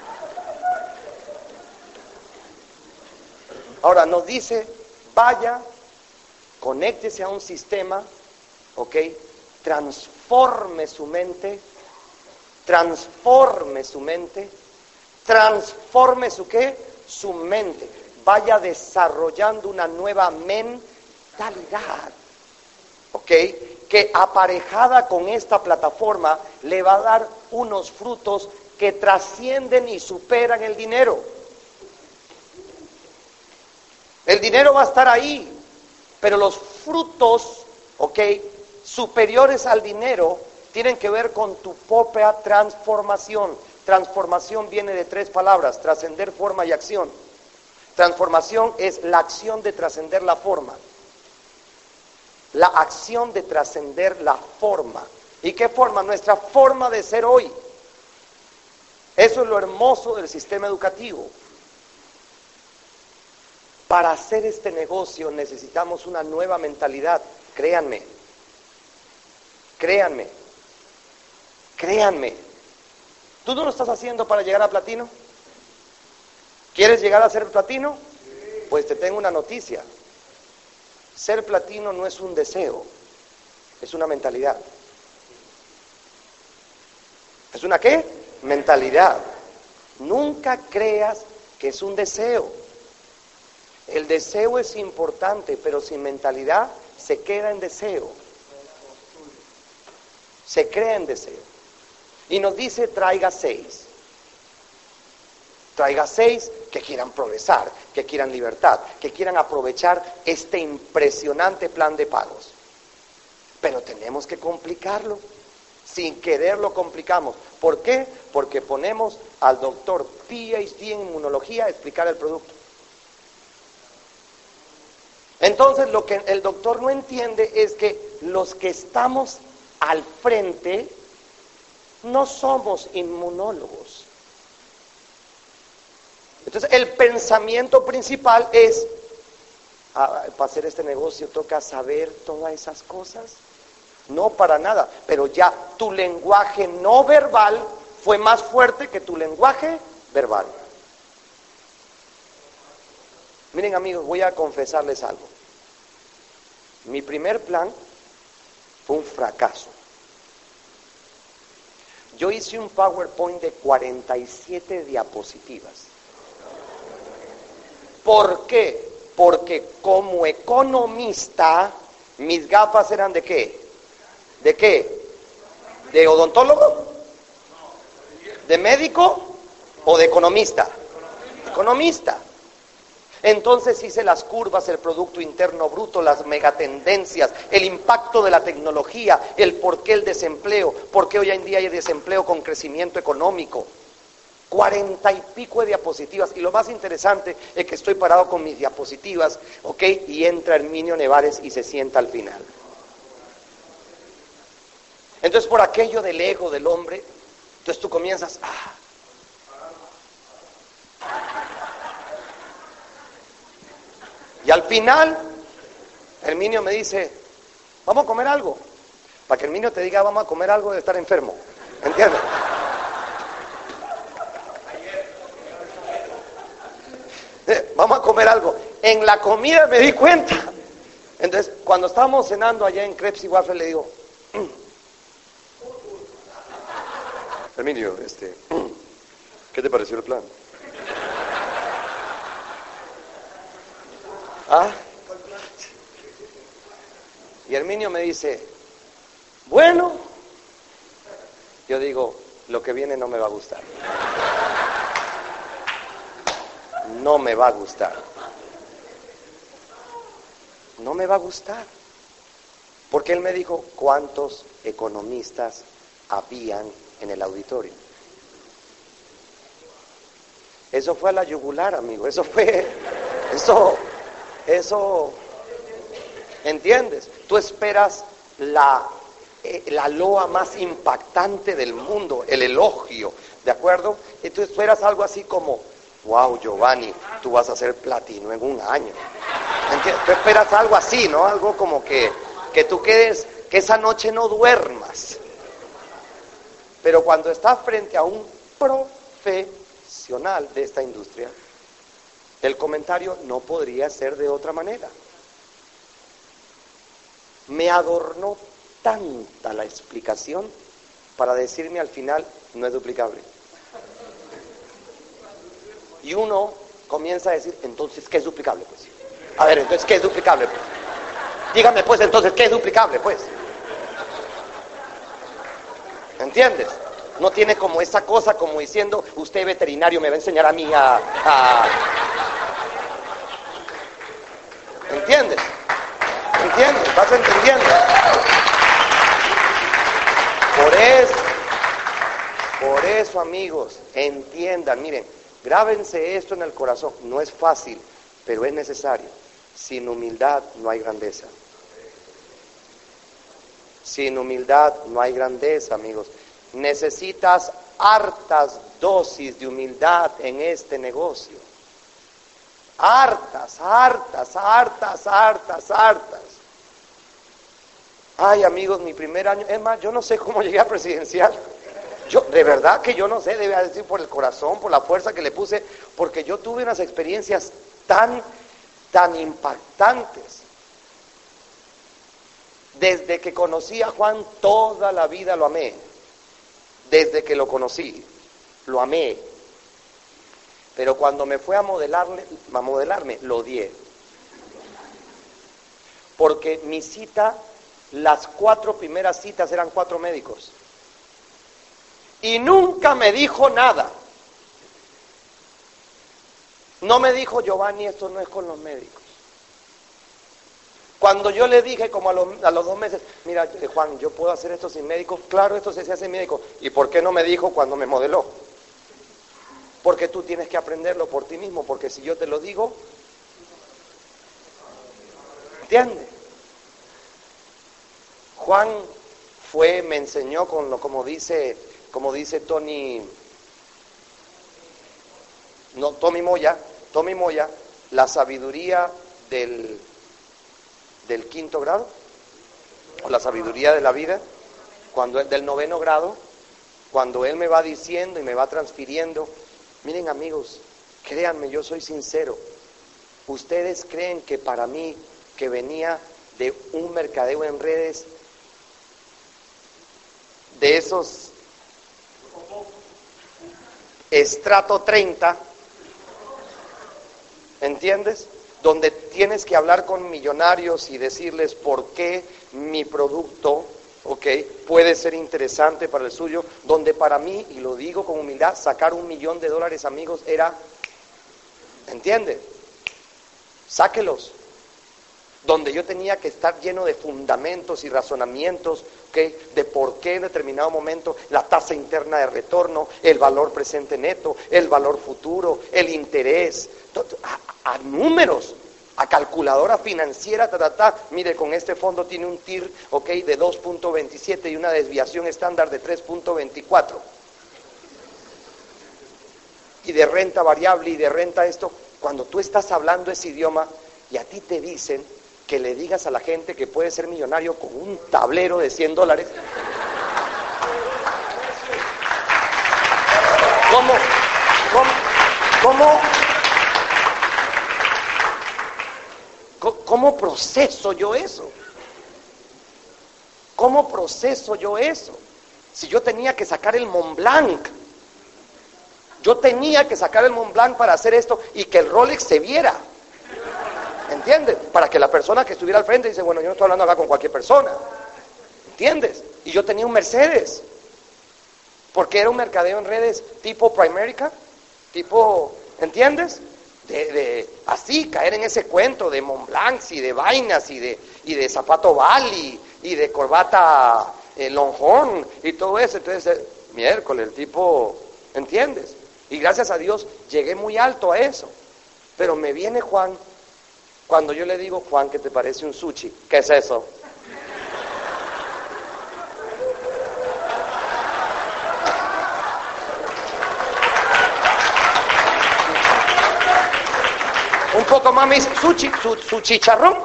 Ahora nos dice, vaya, conéctese a un sistema, ¿ok? Transforme su mente, transforme su mente, transforme su ¿qué? Su mente. Vaya desarrollando una nueva mentalidad, ¿ok? Que aparejada con esta plataforma le va a dar unos frutos que trascienden y superan el dinero. El dinero va a estar ahí, pero los frutos, ¿ok? Superiores al dinero tienen que ver con tu propia transformación. Transformación viene de tres palabras: trascender, forma y acción. Transformación es la acción de trascender la forma. La acción de trascender la forma. ¿Y qué forma? Nuestra forma de ser hoy. Eso es lo hermoso del sistema educativo. Para hacer este negocio necesitamos una nueva mentalidad. Créanme. Créanme. Créanme. ¿Tú no lo estás haciendo para llegar a platino? ¿Quieres llegar a ser platino? Pues te tengo una noticia. Ser platino no es un deseo, es una mentalidad. ¿Es una qué? Mentalidad. Nunca creas que es un deseo. El deseo es importante, pero sin mentalidad se queda en deseo. Se crea en deseo. Y nos dice, traiga seis. Traiga seis que quieran progresar, que quieran libertad, que quieran aprovechar este impresionante plan de pagos. Pero tenemos que complicarlo. Sin querer lo complicamos. ¿Por qué? Porque ponemos al doctor P H D en inmunología a explicar el producto. Entonces lo que el doctor no entiende es que los que estamos al frente no somos inmunólogos. Entonces el pensamiento principal es, ah, para hacer este negocio toca saber todas esas cosas. No, para nada, pero ya tu lenguaje no verbal fue más fuerte que tu lenguaje verbal. Miren amigos, voy a confesarles algo. Mi primer plan fue un fracaso. Yo hice un PowerPoint de cuarenta y siete diapositivas. ¿Por qué? Porque como economista, mis gafas eran ¿de qué? ¿De qué? ¿De odontólogo? ¿De médico? ¿O de economista? Economista. Entonces hice las curvas, el Producto Interno Bruto, las megatendencias, el impacto de la tecnología, el por qué el desempleo, por qué hoy en día hay desempleo con crecimiento económico. Cuarenta y pico de diapositivas. Y lo más interesante es que estoy parado con mis diapositivas, ¿ok? Y entra Herminio Nevares y se sienta al final. Entonces por aquello del ego del hombre, entonces tú comienzas, ah, y al final, Herminio me dice, vamos a comer algo. Para que Herminio te diga, vamos a comer algo de estar enfermo. ¿Entiendes? Eh, vamos a comer algo. En la comida me di cuenta. Entonces, cuando estábamos cenando allá en Crepes y Waffle, le digo, Herminio, este, ¿qué te pareció el plan? ¿Ah? Y Herminio me dice, bueno, yo digo, lo que viene no me va a gustar. No me va a gustar. No me va a gustar. Porque él me dijo, ¿cuántos economistas habían en el auditorio? Eso fue a la yugular, amigo. Eso fue, eso, eso, ¿entiendes? Tú esperas la, eh, la loa más impactante del mundo, el elogio, ¿de acuerdo? Y tú esperas algo así como, wow, Giovanni, tú vas a ser platino en un año. ¿Entiendes? Tú esperas algo así, ¿no? Algo como que, que tú quedes, que esa noche no duermas. Pero cuando estás frente a un profesional de esta industria, el comentario no podría ser de otra manera. Me adornó tanta la explicación para decirme al final, no es duplicable. Y uno comienza a decir, entonces, ¿qué es duplicable? Pues, a ver, entonces, ¿qué es duplicable? Pues, dígame, pues, entonces, ¿qué es duplicable? Pues, ¿entiendes? No tiene como esa cosa como diciendo, usted veterinario me va a enseñar a mí a... a... ¿Entiendes? ¿Entiendes? ¿Vas entendiendo? Por eso, por eso, amigos, entiendan, miren, grábense esto en el corazón. No es fácil, pero es necesario. Sin humildad no hay grandeza. Sin humildad no hay grandeza, amigos. Necesitas hartas dosis de humildad en este negocio. Hartas, hartas, hartas, hartas, hartas. Ay, amigos, mi primer año, es más, yo no sé cómo llegué a presidencial. Yo, de verdad que yo no sé, debe decir por el corazón, por la fuerza que le puse, porque yo tuve unas experiencias tan, tan impactantes. Desde que conocí a Juan, toda la vida lo amé. Desde que lo conocí, lo amé. Pero cuando me fue a modelarle, a modelarme, lo odié. Porque mi cita Las cuatro primeras citas eran cuatro médicos. Y nunca me dijo nada. No me dijo, Giovanni, esto no es con los médicos. Cuando yo le dije como a los, a los dos meses, mira Juan, yo puedo hacer esto sin médico. Claro, esto se hace sin médico. ¿Y por qué no me dijo cuando me modeló? Porque tú tienes que aprenderlo por ti mismo, porque si yo te lo digo, ¿entiendes? Juan fue, me enseñó con lo, como dice, como dice Tony, no, Tommy Moya, Tommy Moya, la sabiduría del, del quinto grado, o la sabiduría de la vida, cuando es del noveno grado, cuando él me va diciendo y me va transfiriendo. Miren amigos, créanme, yo soy sincero. Ustedes creen que para mí, que venía de un mercadeo en redes, de esos estrato treinta, ¿entiendes? Donde tienes que hablar con millonarios y decirles por qué mi producto, ok, puede ser interesante para el suyo, donde para mí, y lo digo con humildad, sacar un millón de dólares, amigos, era, ¿entiendes? Sáquelos. Donde yo tenía que estar lleno de fundamentos y razonamientos, ¿okay?, de por qué en determinado momento la tasa interna de retorno, el valor presente neto, el valor futuro, el interés, a, a números, a calculadora financiera, ta, ta, ta. Mire, con este fondo tiene un T I R, ¿ok?, de dos punto veintisiete y una desviación estándar de tres punto veinticuatro. Y de renta variable y de renta esto, cuando tú estás hablando ese idioma y a ti te dicen que le digas a la gente que puede ser millonario con un tablero de cien dólares. ¿Cómo? ¿Cómo? ¿Cómo? ¿Cómo, cómo proceso yo eso? ¿Cómo proceso yo eso? Si yo tenía que sacar el Mont Blanc, yo tenía que sacar el Mont Blanc para hacer esto y que el Rolex se viera. ¿Entiendes? Para que la persona que estuviera al frente dice, bueno, yo no estoy hablando acá con cualquier persona. ¿Entiendes? Y yo tenía un Mercedes. Porque era un mercadeo en redes tipo Primerica, tipo, ¿entiendes? De, de así, caer en ese cuento de Montblancs y de vainas y de, y de zapato Bali y de corbata eh, Longhorn y todo eso. Entonces, eh, miércoles, el tipo, ¿entiendes? Y gracias a Dios llegué muy alto a eso. Pero me viene Juan. Cuando yo le digo, Juan, ¿qué te parece un sushi? ¿Qué es eso? Un poco más me dice, sushi, su, su chicharrón.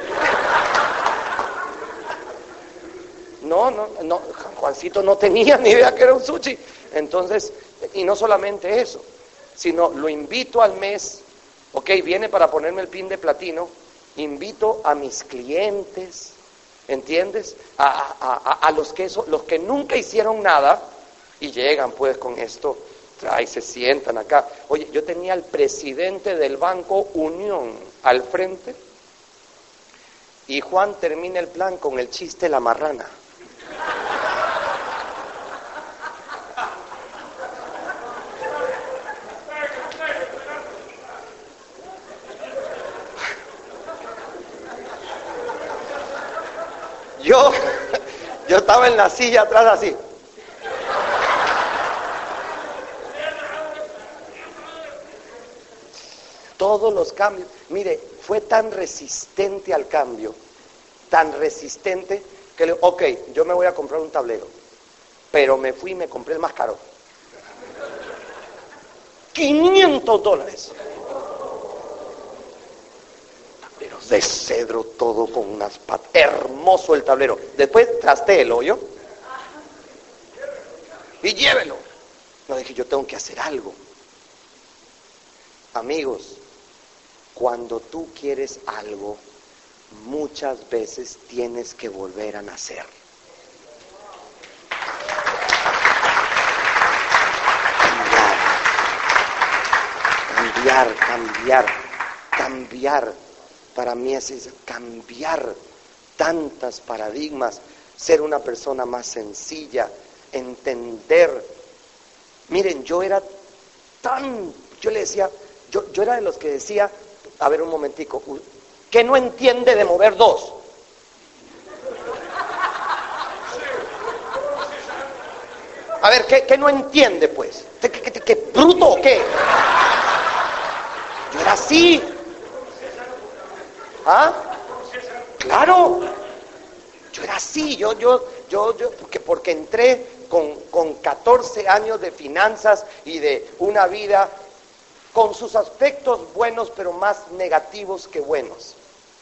No, no, no, Juancito no tenía ni idea que era un sushi. Entonces, y no solamente eso, sino lo invito al mes. Ok, viene para ponerme el pin de platino, invito a mis clientes, ¿entiendes? A, a, a, a los que eso, los que nunca hicieron nada y llegan pues con esto, trae, se sientan acá. Oye, yo tenía al presidente del Banco Unión al frente y Juan termina el plan con el chiste de la marrana. Yo, yo estaba en la silla atrás así. Todos los cambios. Mire, fue tan resistente al cambio, tan resistente, que le ok, yo me voy a comprar un tablero. Pero me fui y me compré el más caro. quinientos dólares. De cedro, todo con unas patas, hermoso el tablero. Después trastéelo, ¿yo? Y llévelo. No, dije, yo tengo que hacer algo. Amigos, cuando tú quieres algo, muchas veces tienes que volver a nacer. Cambiar, cambiar, cambiar, cambiar. Para mí es cambiar, tantos paradigmas, ser una persona más sencilla, entender. Miren, yo era tan, yo le decía, yo, yo era de los que decía, a ver un momentico, ¿qué no entiende de mover dos? A ver, ¿qué, qué no entiende pues? ¿Qué, qué, qué, qué bruto o qué? Yo era así. ¿Ah? Claro. Yo era así, yo, yo, yo, yo, porque, porque entré con, con catorce años de finanzas y de una vida con sus aspectos buenos, pero más negativos que buenos.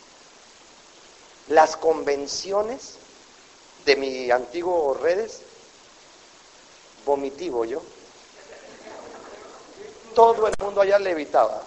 Las convenciones de mi antiguo redes, vomitivo yo. Todo el mundo allá levitaba.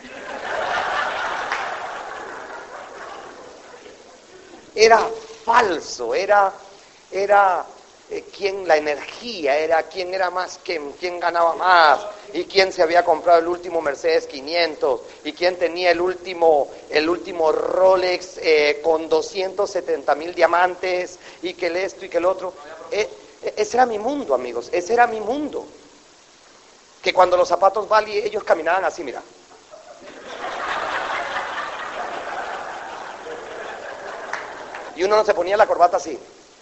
Era falso, era, era eh, quién la energía, era quién era más, quién, quién ganaba más, y quién se había comprado el último Mercedes quinientos, y quién tenía el último, el último Rolex eh, con doscientos setenta mil diamantes, y que el esto y que el otro. Eh, ese era mi mundo, amigos, ese era mi mundo. Que cuando los zapatos Bali, ellos caminaban así, mira. Y uno no se ponía la corbata así.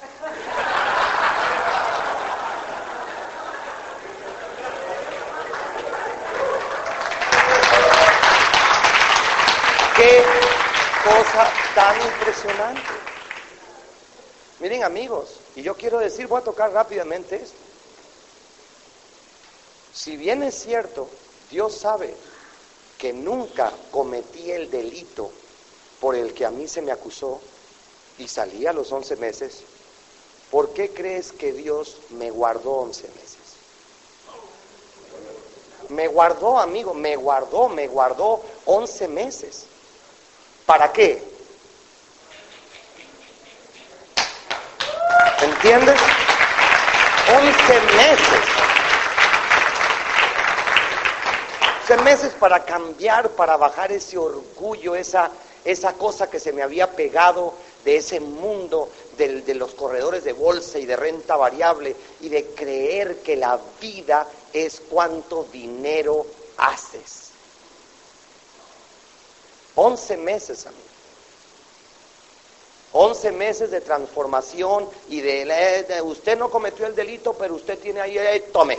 Qué cosa tan impresionante. Miren, amigos, y yo quiero decir, voy a tocar rápidamente esto. Si bien es cierto, Dios sabe que nunca cometí el delito por el que a mí se me acusó, y salí a los once meses, ¿por qué crees que Dios me guardó once meses? Me guardó, amigo, me guardó, me guardó once meses. ¿Para qué? ¿Entiendes? once meses. once meses para cambiar, para bajar ese orgullo, esa, esa cosa que se me había pegado de ese mundo del, de los corredores de bolsa y de renta variable, y de creer que la vida es cuánto dinero haces. once meses, amigo. once meses de transformación y de, de usted no cometió el delito, pero usted tiene ahí, eh, tome.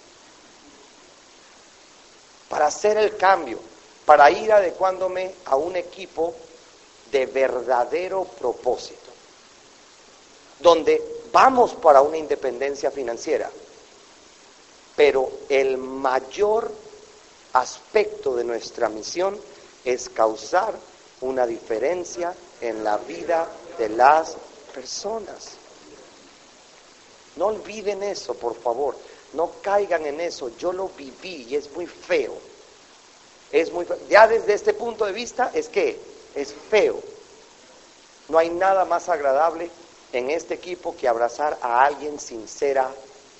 Para hacer el cambio, para ir adecuándome a un equipo de verdadero propósito, donde vamos para una independencia financiera, pero el mayor aspecto de nuestra misión es causar una diferencia en la vida de las personas. No olviden eso, por favor, no caigan en eso. Yo lo viví y es muy feo, es muy feo. Ya desde este punto de vista es que es feo. No hay nada más agradable en este equipo que abrazar a alguien sinceramente.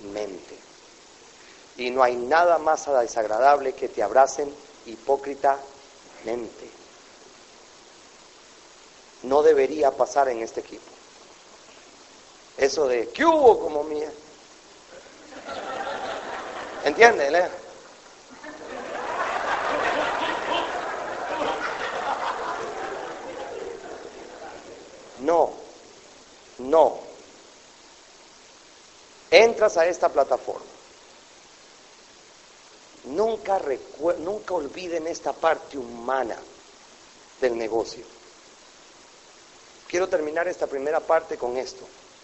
Y no hay nada más desagradable que te abracen hipócritamente. No debería pasar en este equipo. Eso de, ¿qué hubo como mía? ¿Entienden, eh? No, no. Entras a esta plataforma. Nunca recu- nunca olviden esta parte humana del negocio. Quiero terminar esta primera parte con esto.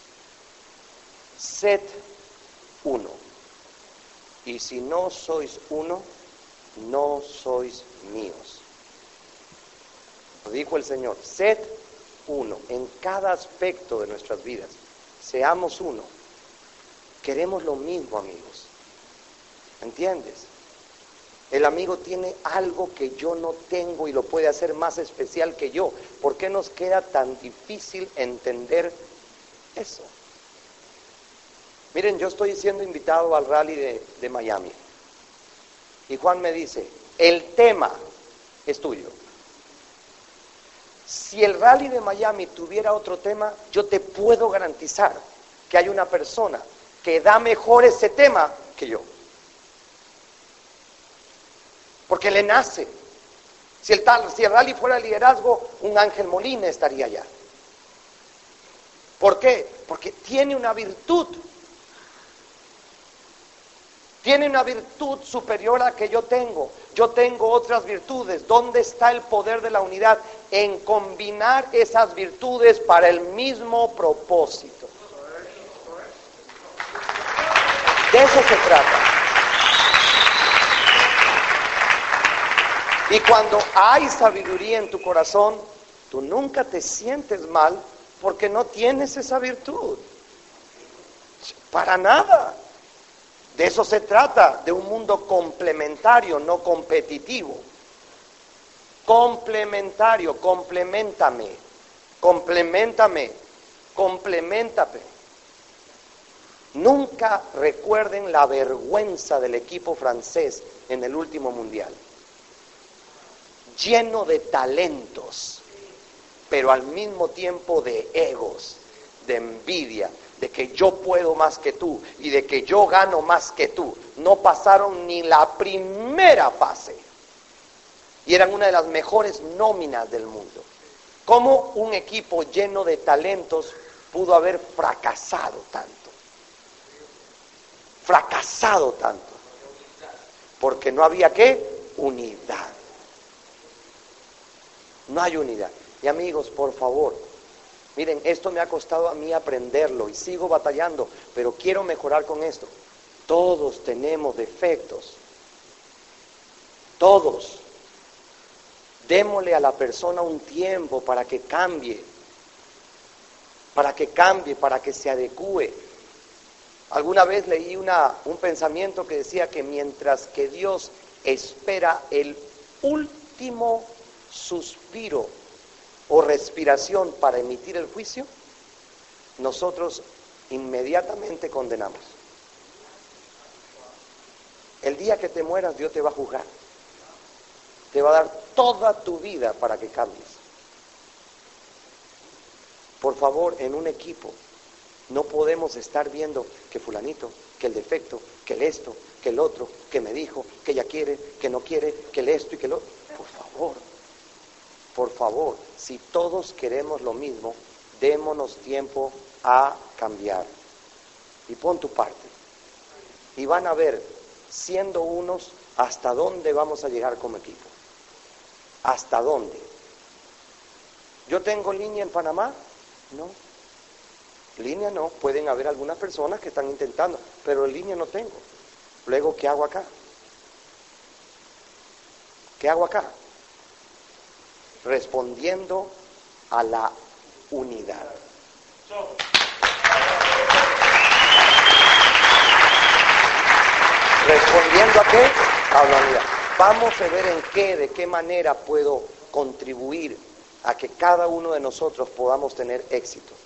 Sed uno. Y si no sois uno, no sois míos. Lo dijo el Señor. Sed uno en cada aspecto de nuestras vidas. Seamos uno. Queremos lo mismo, amigos. ¿Entiendes? El amigo tiene algo que yo no tengo y lo puede hacer más especial que yo. ¿Por qué nos queda tan difícil entender eso? Miren, yo estoy siendo invitado al rally de, de Miami. Y Juan me dice, el tema es tuyo. Si el Rally de Miami tuviera otro tema, yo te puedo garantizar que hay una persona que da mejor ese tema que yo. Porque le nace. Si el, tal, si el Rally fuera liderazgo, un Ángel Molina estaría allá. ¿Por qué? Porque tiene una virtud. Tiene una virtud superior a la que yo tengo. Yo tengo otras virtudes. ¿Dónde está el poder de la unidad? En combinar esas virtudes para el mismo propósito. De eso se trata. Y cuando hay sabiduría en tu corazón, tú nunca te sientes mal porque no tienes esa virtud. Para nada. De eso se trata, de un mundo complementario, no competitivo. Complementario, complementame, complementame, complementame. Nunca recuerden la vergüenza del equipo francés en el último mundial. Lleno de talentos, pero al mismo tiempo de egos, de envidia, de que yo puedo más que tú y de que yo gano más que tú. No pasaron ni la primera fase y eran una de las mejores nóminas del mundo. ¿Cómo un equipo lleno de talentos pudo haber fracasado tanto? Fracasado tanto. Porque no había ¿qué? Unidad. No hay unidad. Y amigos, por favor, miren, esto me ha costado a mí aprenderlo y sigo batallando, pero quiero mejorar con esto. Todos tenemos defectos. Todos. Démosle a la persona un tiempo para que cambie. Para que cambie, para que se adecúe. Alguna vez leí una, un pensamiento que decía que mientras que Dios espera el último suspiro o respiración para emitir el juicio, nosotros inmediatamente condenamos. El día que te mueras, Dios te va a juzgar. Te va a dar toda tu vida para que cambies. Por favor, en un equipo no podemos estar viendo que fulanito, que el defecto, que el esto, que el otro, que me dijo, que ella quiere, que no quiere, que el esto y que el otro. Por favor. Por favor, si todos queremos lo mismo, démonos tiempo a cambiar. Y pon tu parte. Y van a ver, siendo unos, hasta dónde vamos a llegar como equipo. ¿Hasta dónde? ¿Yo tengo línea en Panamá? No. Línea no. Pueden haber algunas personas que están intentando, pero línea no tengo. Luego, ¿qué hago acá? ¿Qué hago acá? Respondiendo a la unidad. ¿Respondiendo a qué? A la unidad. Vamos a ver en qué, de qué manera puedo contribuir a que cada uno de nosotros podamos tener éxito.